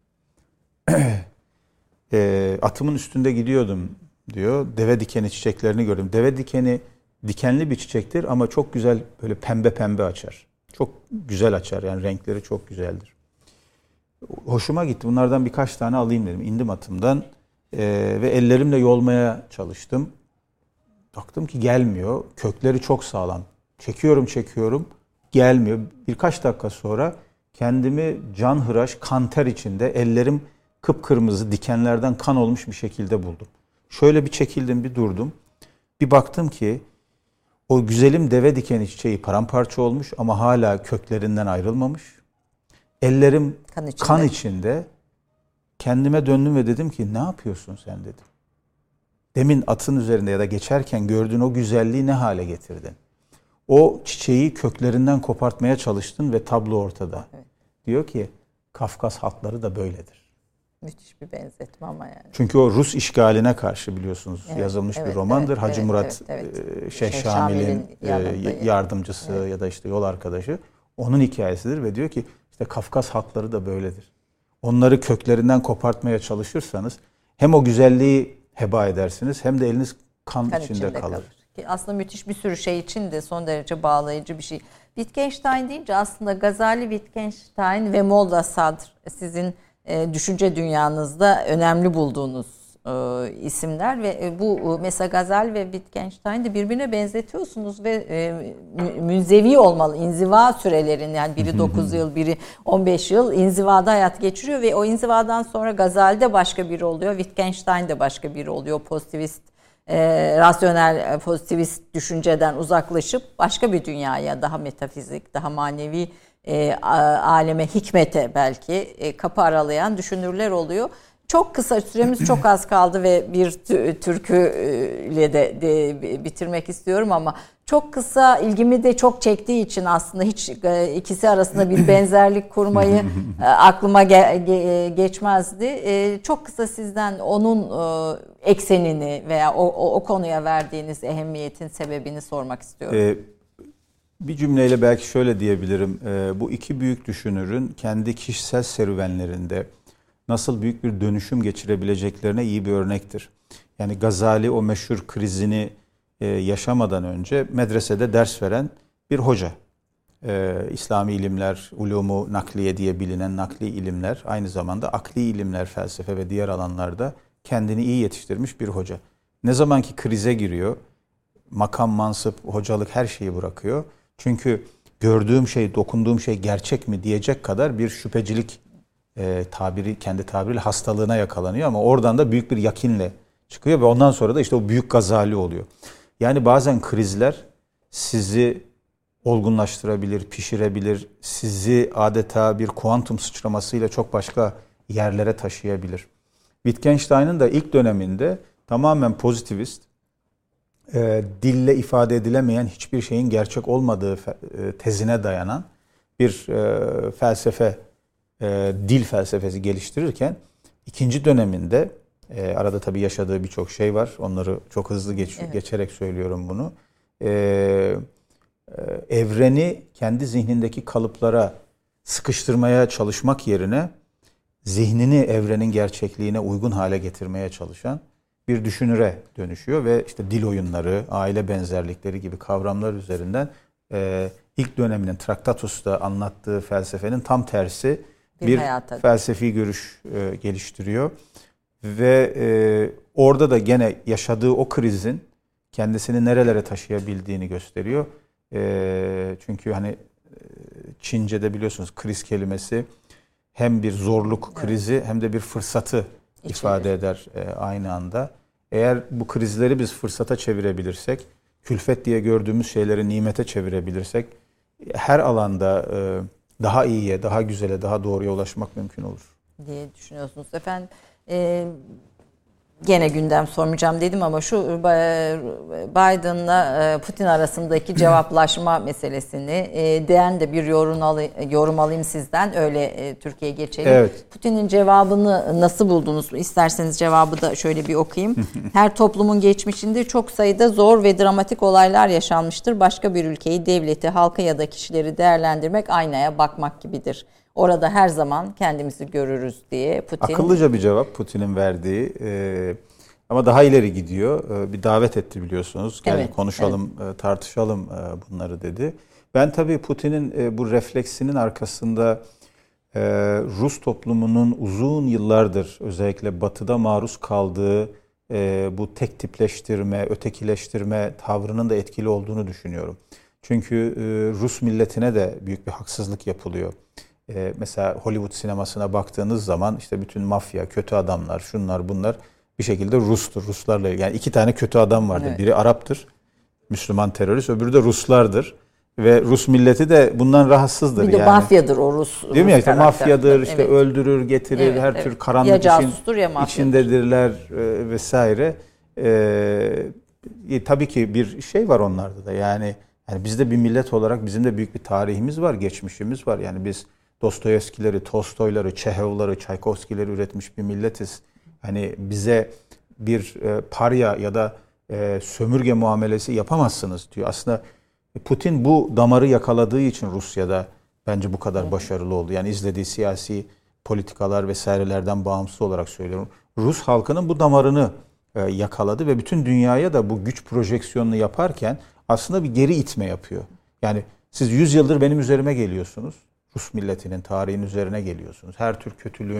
e, atımın üstünde gidiyordum diyor. Deve dikeni çiçeklerini gördüm. Deve dikeni dikenli bir çiçektir ama çok güzel böyle pembe pembe açar. Çok güzel açar yani renkleri çok güzeldir. Hoşuma gitti. Bunlardan birkaç tane alayım dedim. İndim atımdan e, ve ellerimle yolmaya çalıştım. Baktım ki gelmiyor. Kökleri çok sağlam. Çekiyorum çekiyorum. Gelmiyor. Birkaç dakika sonra kendimi canhıraş, kan ter içinde ellerim kıpkırmızı dikenlerden kan olmuş bir şekilde buldum. Şöyle bir çekildim, bir durdum. Bir baktım ki o güzelim deve dikeni çiçeği paramparça olmuş ama hala köklerinden ayrılmamış. Ellerim kan içinde. kan içinde. Kendime döndüm ve dedim ki ne yapıyorsun sen dedim. Demin atın üzerinde ya da geçerken gördüğün o güzelliği ne hale getirdin? O çiçeği köklerinden kopartmaya çalıştın ve tablo ortada. Evet. Diyor ki Kafkas halkları da böyledir. Müthiş bir benzetme ama yani. Çünkü o Rus işgaline karşı biliyorsunuz evet, yazılmış evet, bir romandır. Evet, Hacı evet, Murat evet, evet. Şeyh Şeyh Şamil'in Şamil'in yardımcısı evet. ya da işte yol arkadaşı. Onun hikayesidir ve diyor ki işte Kafkas halkları da böyledir. Onları köklerinden kopartmaya çalışırsanız hem o güzelliği heba edersiniz hem de eliniz kan, kan içinde, içinde kalır. kalır. Ki aslında müthiş bir sürü şey için de son derece bağlayıcı bir şey. Wittgenstein deyince aslında Gazali, Wittgenstein ve Molla Sadr sizin e, düşünce dünyanızda önemli bulduğunuz e, isimler ve e, bu e, mesela Gazali ve Wittgenstein'i birbirine benzetiyorsunuz ve e, mü- münzevi olmalı. İnziva sürelerinin, yani biri dokuz yıl, biri on beş yıl inzivada hayat geçiriyor ve o inzivadan sonra Gazali de başka biri oluyor, Wittgenstein de başka biri oluyor. Pozitivist, e, rasyonel e, pozitivist düşünceden uzaklaşıp başka bir dünyaya, daha metafizik, daha manevi e, a- aleme, hikmete belki e, kapı aralayan düşünürler oluyor. Çok kısa, süremiz çok az kaldı ve bir tü- türküyle de, de bitirmek istiyorum ama çok kısa, ilgimi de çok çektiği için aslında hiç e, ikisi arasında bir benzerlik kurmayı e, aklıma ge- ge- geçmezdi. E, çok kısa sizden onun e, eksenini veya o, o, o konuya verdiğiniz ehemmiyetin sebebini sormak istiyorum. Ee, bir cümleyle belki şöyle diyebilirim. Ee, bu iki büyük düşünürün kendi kişisel serüvenlerinde nasıl büyük bir dönüşüm geçirebileceklerine iyi bir örnektir. Yani Gazali o meşhur krizini e, yaşamadan önce medresede ders veren bir hoca. Ee, İslami ilimler, ulumu nakliye diye bilinen nakli ilimler, aynı zamanda akli ilimler, felsefe ve diğer alanlarda kendini iyi yetiştirmiş bir hoca. Ne zamanki krize giriyor, makam, mansıp, hocalık her şeyi bırakıyor. Çünkü gördüğüm şey, dokunduğum şey gerçek mi diyecek kadar bir şüphecilik e, tabiri, kendi tabiriyle hastalığına yakalanıyor ama oradan da büyük bir yakinle çıkıyor ve ondan sonra da işte o büyük Gazali oluyor. Yani bazen krizler sizi olgunlaştırabilir, pişirebilir, sizi adeta bir kuantum sıçramasıyla çok başka yerlere taşıyabilir. Wittgenstein'ın da ilk döneminde tamamen pozitivist, e, dille ifade edilemeyen hiçbir şeyin gerçek olmadığı fe, e, tezine dayanan bir e, felsefe, e, dil felsefesi geliştirirken ikinci döneminde e, arada tabii yaşadığı birçok şey var. Onları çok hızlı geç, evet. geçerek söylüyorum bunu. E, evreni kendi zihnindeki kalıplara sıkıştırmaya çalışmak yerine zihnini evrenin gerçekliğine uygun hale getirmeye çalışan bir düşünüre dönüşüyor ve işte dil oyunları, aile benzerlikleri gibi kavramlar üzerinden e, ilk döneminin Traktatus'ta anlattığı felsefenin tam tersi bir, bir felsefi görüş e, geliştiriyor ve e, orada da gene yaşadığı o krizin kendisini nerelere taşıyabildiğini gösteriyor. E, çünkü hani Çince'de biliyorsunuz kriz kelimesi hem bir zorluk krizi, evet, hem de bir fırsatı İçerir. ifade eder e, aynı anda. Eğer bu krizleri biz fırsata çevirebilirsek, külfet diye gördüğümüz şeyleri nimete çevirebilirsek her alanda e, daha iyiye, daha güzele, daha doğruya ulaşmak mümkün olur diye düşünüyorsunuz efendim. E, Gene gündem sormayacağım dedim ama şu Biden'la Putin arasındaki cevaplaşma meselesini değen de bir yorum, alayım, yorum alayım sizden. Öyle Türkiye'ye geçelim. Evet. Putin'in cevabını nasıl buldunuz? İsterseniz cevabı da şöyle bir okuyayım. Her toplumun geçmişinde çok sayıda zor ve dramatik olaylar yaşanmıştır. Başka bir ülkeyi, devleti, halkı ya da kişileri değerlendirmek aynaya bakmak gibidir. Orada her zaman kendimizi görürüz diye Putin. Akıllıca bir cevap Putin'in verdiği ee, ama daha ileri gidiyor. Ee, bir davet etti biliyorsunuz. Gel evet, konuşalım, evet. tartışalım e, bunları dedi. Ben tabii Putin'in e, bu refleksinin arkasında e, Rus toplumunun uzun yıllardır özellikle Batı'da maruz kaldığı e, bu tek tipleştirme, ötekileştirme tavrının da etkili olduğunu düşünüyorum. Çünkü e, Rus milletine de büyük bir haksızlık yapılıyor. Ee, mesela Hollywood sinemasına baktığınız zaman işte bütün mafya, kötü adamlar, şunlar bunlar bir şekilde Rus'tur. Ruslarla ilgili. Yani iki tane kötü adam vardır. Evet. Biri Arap'tır, Müslüman terörist, öbürü de Ruslardır. Ve Rus milleti de bundan rahatsızdır. Bir de yani. mafyadır o Rus. Değil mi? Rus işte mafyadır, işte evet. öldürür, getirir, evet, her evet. tür karanlık ya casustur, ya işin içindedirler e, vesaire. E, e, tabii ki bir şey var onlarda da. Yani, yani biz de bir millet olarak bizim de büyük bir tarihimiz var, geçmişimiz var. Yani biz Dostoyevskileri, Tolstoyları, Çehovları, Çaykovskileri üretmiş bir milletiz. Hani bize bir e, parya ya da e, sömürge muamelesi yapamazsınız diyor. Aslında Putin bu damarı yakaladığı için Rusya'da bence bu kadar başarılı oldu. Yani izlediği siyasi politikalar vesairelerden bağımsız olarak söylüyorum. Rus halkının bu damarını e, yakaladı ve bütün dünyaya da bu güç projeksiyonunu yaparken aslında bir geri itme yapıyor. Yani siz yüz yıldır benim üzerime geliyorsunuz. Rus milletinin tarihinin üzerine geliyorsunuz. Her tür kötülüğün,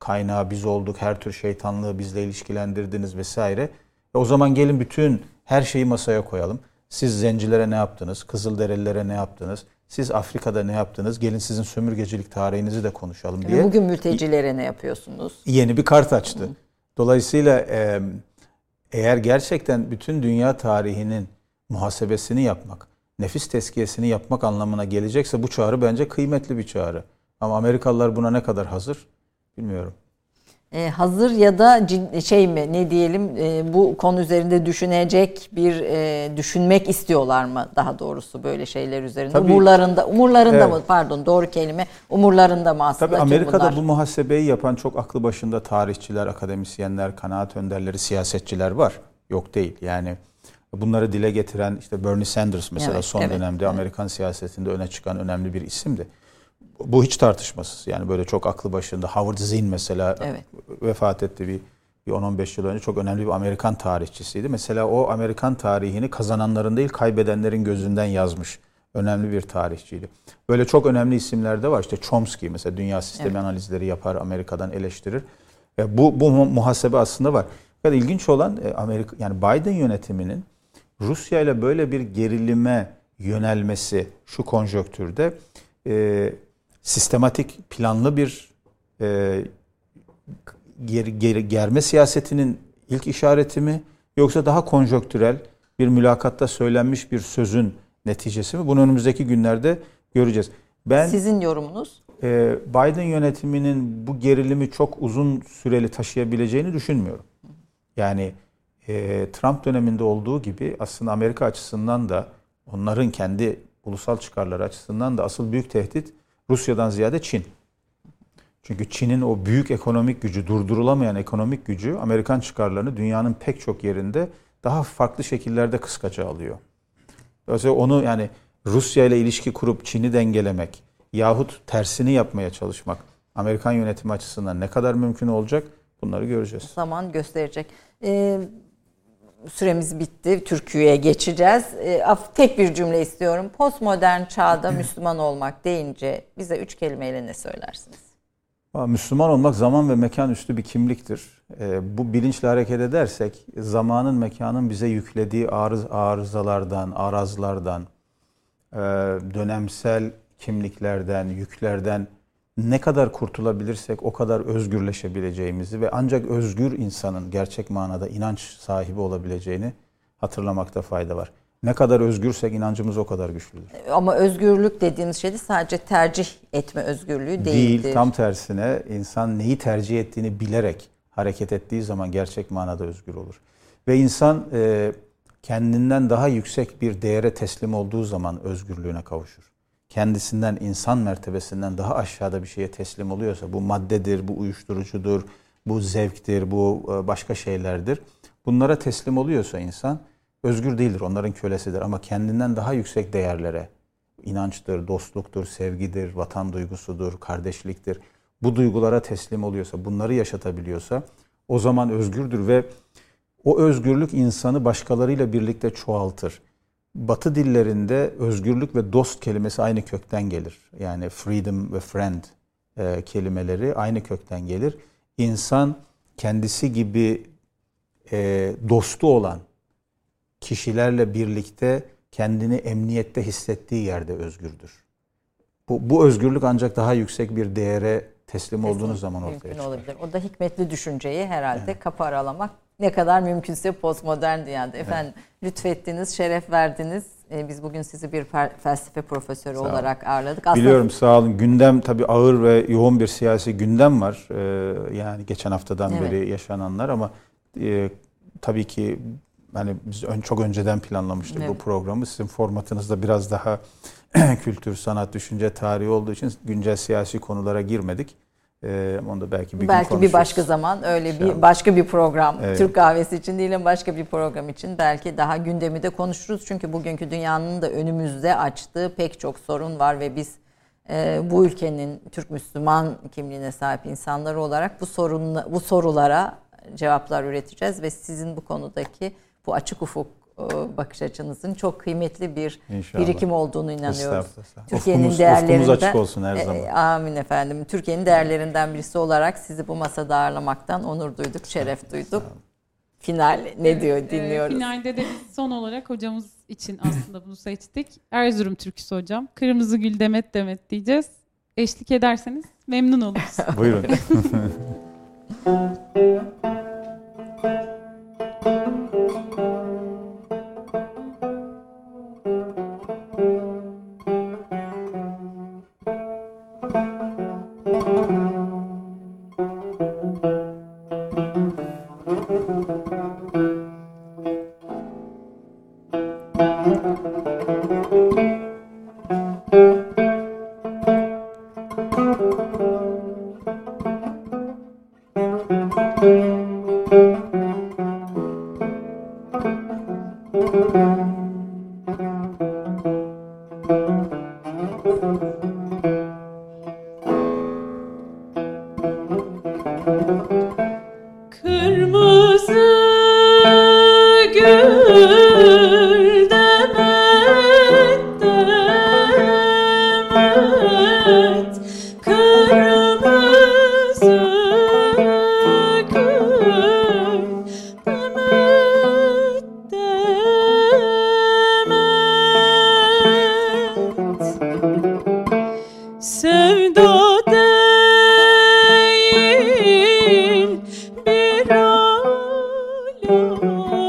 kaynağı biz olduk, her tür şeytanlığı bizle ilişkilendirdiniz vesaire. E o zaman gelin bütün her şeyi masaya koyalım. Siz zencilere ne yaptınız? Kızılderililere ne yaptınız? Siz Afrika'da ne yaptınız? Gelin sizin sömürgecilik tarihinizi de konuşalım diye. Bugün mültecilere ne yapıyorsunuz? Yeni bir kart açtı. Dolayısıyla e, eğer gerçekten bütün dünya tarihinin muhasebesini yapmak, nefis tezkiyesini yapmak anlamına gelecekse bu çağrı bence kıymetli bir çağrı. Ama Amerikalılar buna ne kadar hazır bilmiyorum. Ee, hazır ya da cid- şey mi ne diyelim e, bu konu üzerinde düşünecek bir e, düşünmek istiyorlar mı daha doğrusu böyle şeyler üzerinde? Tabii, umurlarında umurlarında evet. mı pardon doğru kelime umurlarında mı aslında? Tabii ki Amerika'da bunlar? bu muhasebeyi yapan çok aklı başında tarihçiler, akademisyenler, kanaat önderleri, siyasetçiler var. Yok değil. Yani bunları dile getiren işte Bernie Sanders mesela Evet, son evet, dönemde evet. Amerikan siyasetinde öne çıkan önemli bir isimdi. Bu hiç tartışmasız. Yani böyle çok aklı başında. Howard Zinn mesela Evet. vefat etti bir, bir on on beş yıl önce. Çok önemli bir Amerikan tarihçisiydi. Mesela o Amerikan tarihini kazananların değil kaybedenlerin gözünden yazmış. Önemli bir tarihçiydi. Böyle çok önemli isimler de var. İşte Chomsky mesela dünya sistemi Evet. analizleri yapar, Amerika'dan eleştirir. E, bu bu muhasebe aslında var. Fakat ilginç olan e, Amerika yani Biden yönetiminin Rusya ile böyle bir gerilime yönelmesi şu konjonktürde e, sistematik, planlı bir e, ger, ger, germe siyasetinin ilk işareti mi? Yoksa daha konjonktürel bir mülakatta söylenmiş bir sözün neticesi mi? Bunu önümüzdeki günlerde göreceğiz. Ben Sizin yorumunuz? e, Biden yönetiminin bu gerilimi çok uzun süreli taşıyabileceğini düşünmüyorum. Yani e, Trump döneminde olduğu gibi aslında Amerika açısından da onların kendi ulusal çıkarları açısından da asıl büyük tehdit Rusya'dan ziyade Çin. Çünkü Çin'in o büyük ekonomik gücü, durdurulamayan ekonomik gücü Amerikan çıkarlarını dünyanın pek çok yerinde daha farklı şekillerde kıskaca alıyor. Dolayısıyla onu yani Rusya ile ilişki kurup Çin'i dengelemek yahut tersini yapmaya çalışmak Amerikan yönetimi açısından ne kadar mümkün olacak bunları göreceğiz. Zaman gösterecek. Ee, süremiz bitti. Türkiye'ye geçeceğiz. Ee, tek bir cümle istiyorum. Postmodern çağda Müslüman olmak deyince bize üç kelimeyle ne söylersiniz? Müslüman olmak zaman ve mekan üstü bir kimliktir. E, bu bilinçle hareket edersek zamanın, mekanın bize yüklediği arız, arızalardan, arazlardan, e, dönemsel kimliklerden, yüklerden ne kadar kurtulabilirsek o kadar özgürleşebileceğimizi ve ancak özgür insanın gerçek manada inanç sahibi olabileceğini hatırlamakta fayda var. Ne kadar özgürsek inancımız o kadar güçlüdür. Ama özgürlük dediğimiz şey de sadece tercih etme özgürlüğü değildir. Değil, tam tersine insan neyi tercih ettiğini bilerek hareket ettiği zaman gerçek manada özgür olur. Ve insan e, kendinden daha yüksek bir değere teslim olduğu zaman özgürlüğüne kavuşur. Kendisinden, insan mertebesinden daha aşağıda bir şeye teslim oluyorsa, bu maddedir, bu uyuşturucudur, bu zevktir, bu başka şeylerdir. Bunlara teslim oluyorsa insan özgür değildir, onların kölesidir. Ama kendinden daha yüksek değerlere, inançtır, dostluktur, sevgidir, vatan duygusudur, kardeşliktir. Bu duygulara teslim oluyorsa, bunları yaşatabiliyorsa o zaman özgürdür ve o özgürlük insanı başkalarıyla birlikte çoğaltır. Batı dillerinde özgürlük ve dost kelimesi aynı kökten gelir. Yani freedom ve friend e, kelimeleri aynı kökten gelir. İnsan kendisi gibi e, dostu olan kişilerle birlikte kendini emniyette hissettiği yerde özgürdür. Bu, bu özgürlük ancak daha yüksek bir değere teslim olduğunuz zaman ortaya çıkar. Olabilir. O da hikmetli düşünceyi herhalde Evet. kapı aralamak ne kadar mümkünse postmodern dünyada. Efendim evet. Lütfettiniz, şeref verdiniz. Ee, biz bugün sizi bir felsefe profesörü sağ olarak ağırladık. Aslında... Biliyorum sağ olun. Gündem tabii ağır ve yoğun bir siyasi gündem var. Ee, yani geçen haftadan evet. beri yaşananlar ama e, tabii ki hani biz ön, çok önceden planlamıştık evet. bu programı. Sizin formatınız da biraz daha kültür, sanat, düşünce, tarihi olduğu için güncel siyasi konulara girmedik. Ee, onu da belki bir belki gün bir başka zaman öyle bir İnşallah. başka bir program evet. Türk kahvesi için değil ama başka bir program için belki daha gündemi de konuşuruz. Çünkü bugünkü dünyanın da önümüzde açtığı pek çok sorun var ve biz e, bu ülkenin Türk Müslüman kimliğine sahip insanlar olarak bu sorun bu sorulara cevaplar üreteceğiz ve sizin bu konudaki bu açık ufuk e, bakış açınızın çok kıymetli bir İnşallah. birikim olduğunu inanıyoruz. Estağfurullah, estağfurullah. Türkiye'nin Ufkumuz- değerlerinden ufkumuz açık olsun her E, zaman. amin efendim. Türkiye'nin değerlerinden birisi olarak sizi bu masada ağırlamaktan onur duyduk, şeref duyduk. Final ne diyor Ee, dinliyoruz. Finalde de biz son olarak hocamız için aslında bunu seçtik. Erzurum türküsü hocam. Kırmızı gül demet demet diyeceğiz. Eşlik ederseniz memnun oluruz. Buyurun. Kırmızı gül demet demet, kırmızı gül demet demet. Sevda değil bir alamet,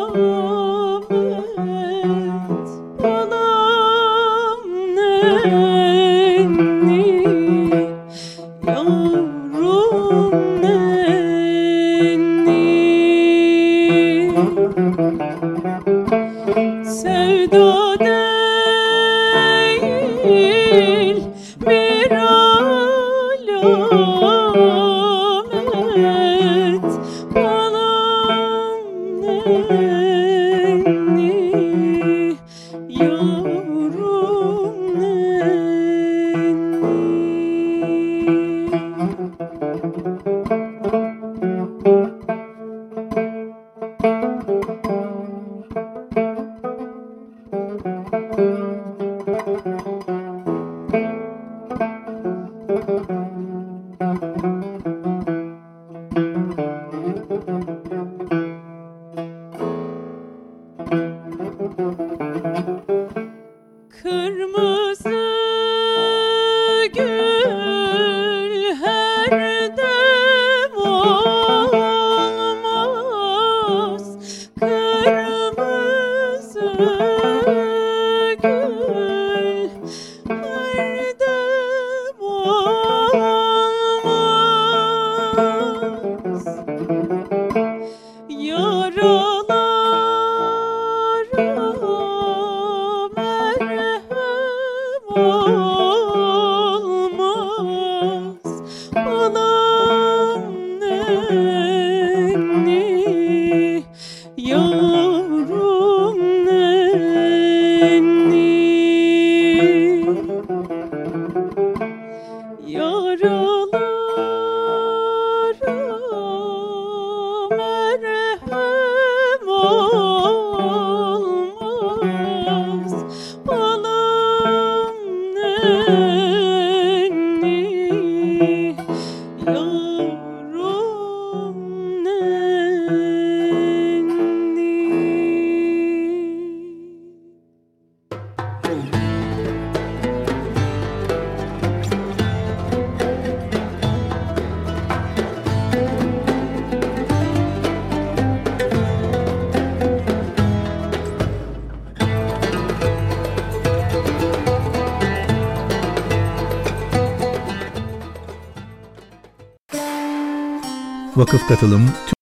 balam nenni, yavrum nenni. Sevda değil bir alamet, balam nenni, yavrum nenni. Kırmızı gül her dem olmaz, kırmızı gül her dem olmaz. Yaralara merhem olmaz, balam nenni, yavrum nenni. Yaralara merhem olmaz, balam nenni, yavrum Vakıf katılım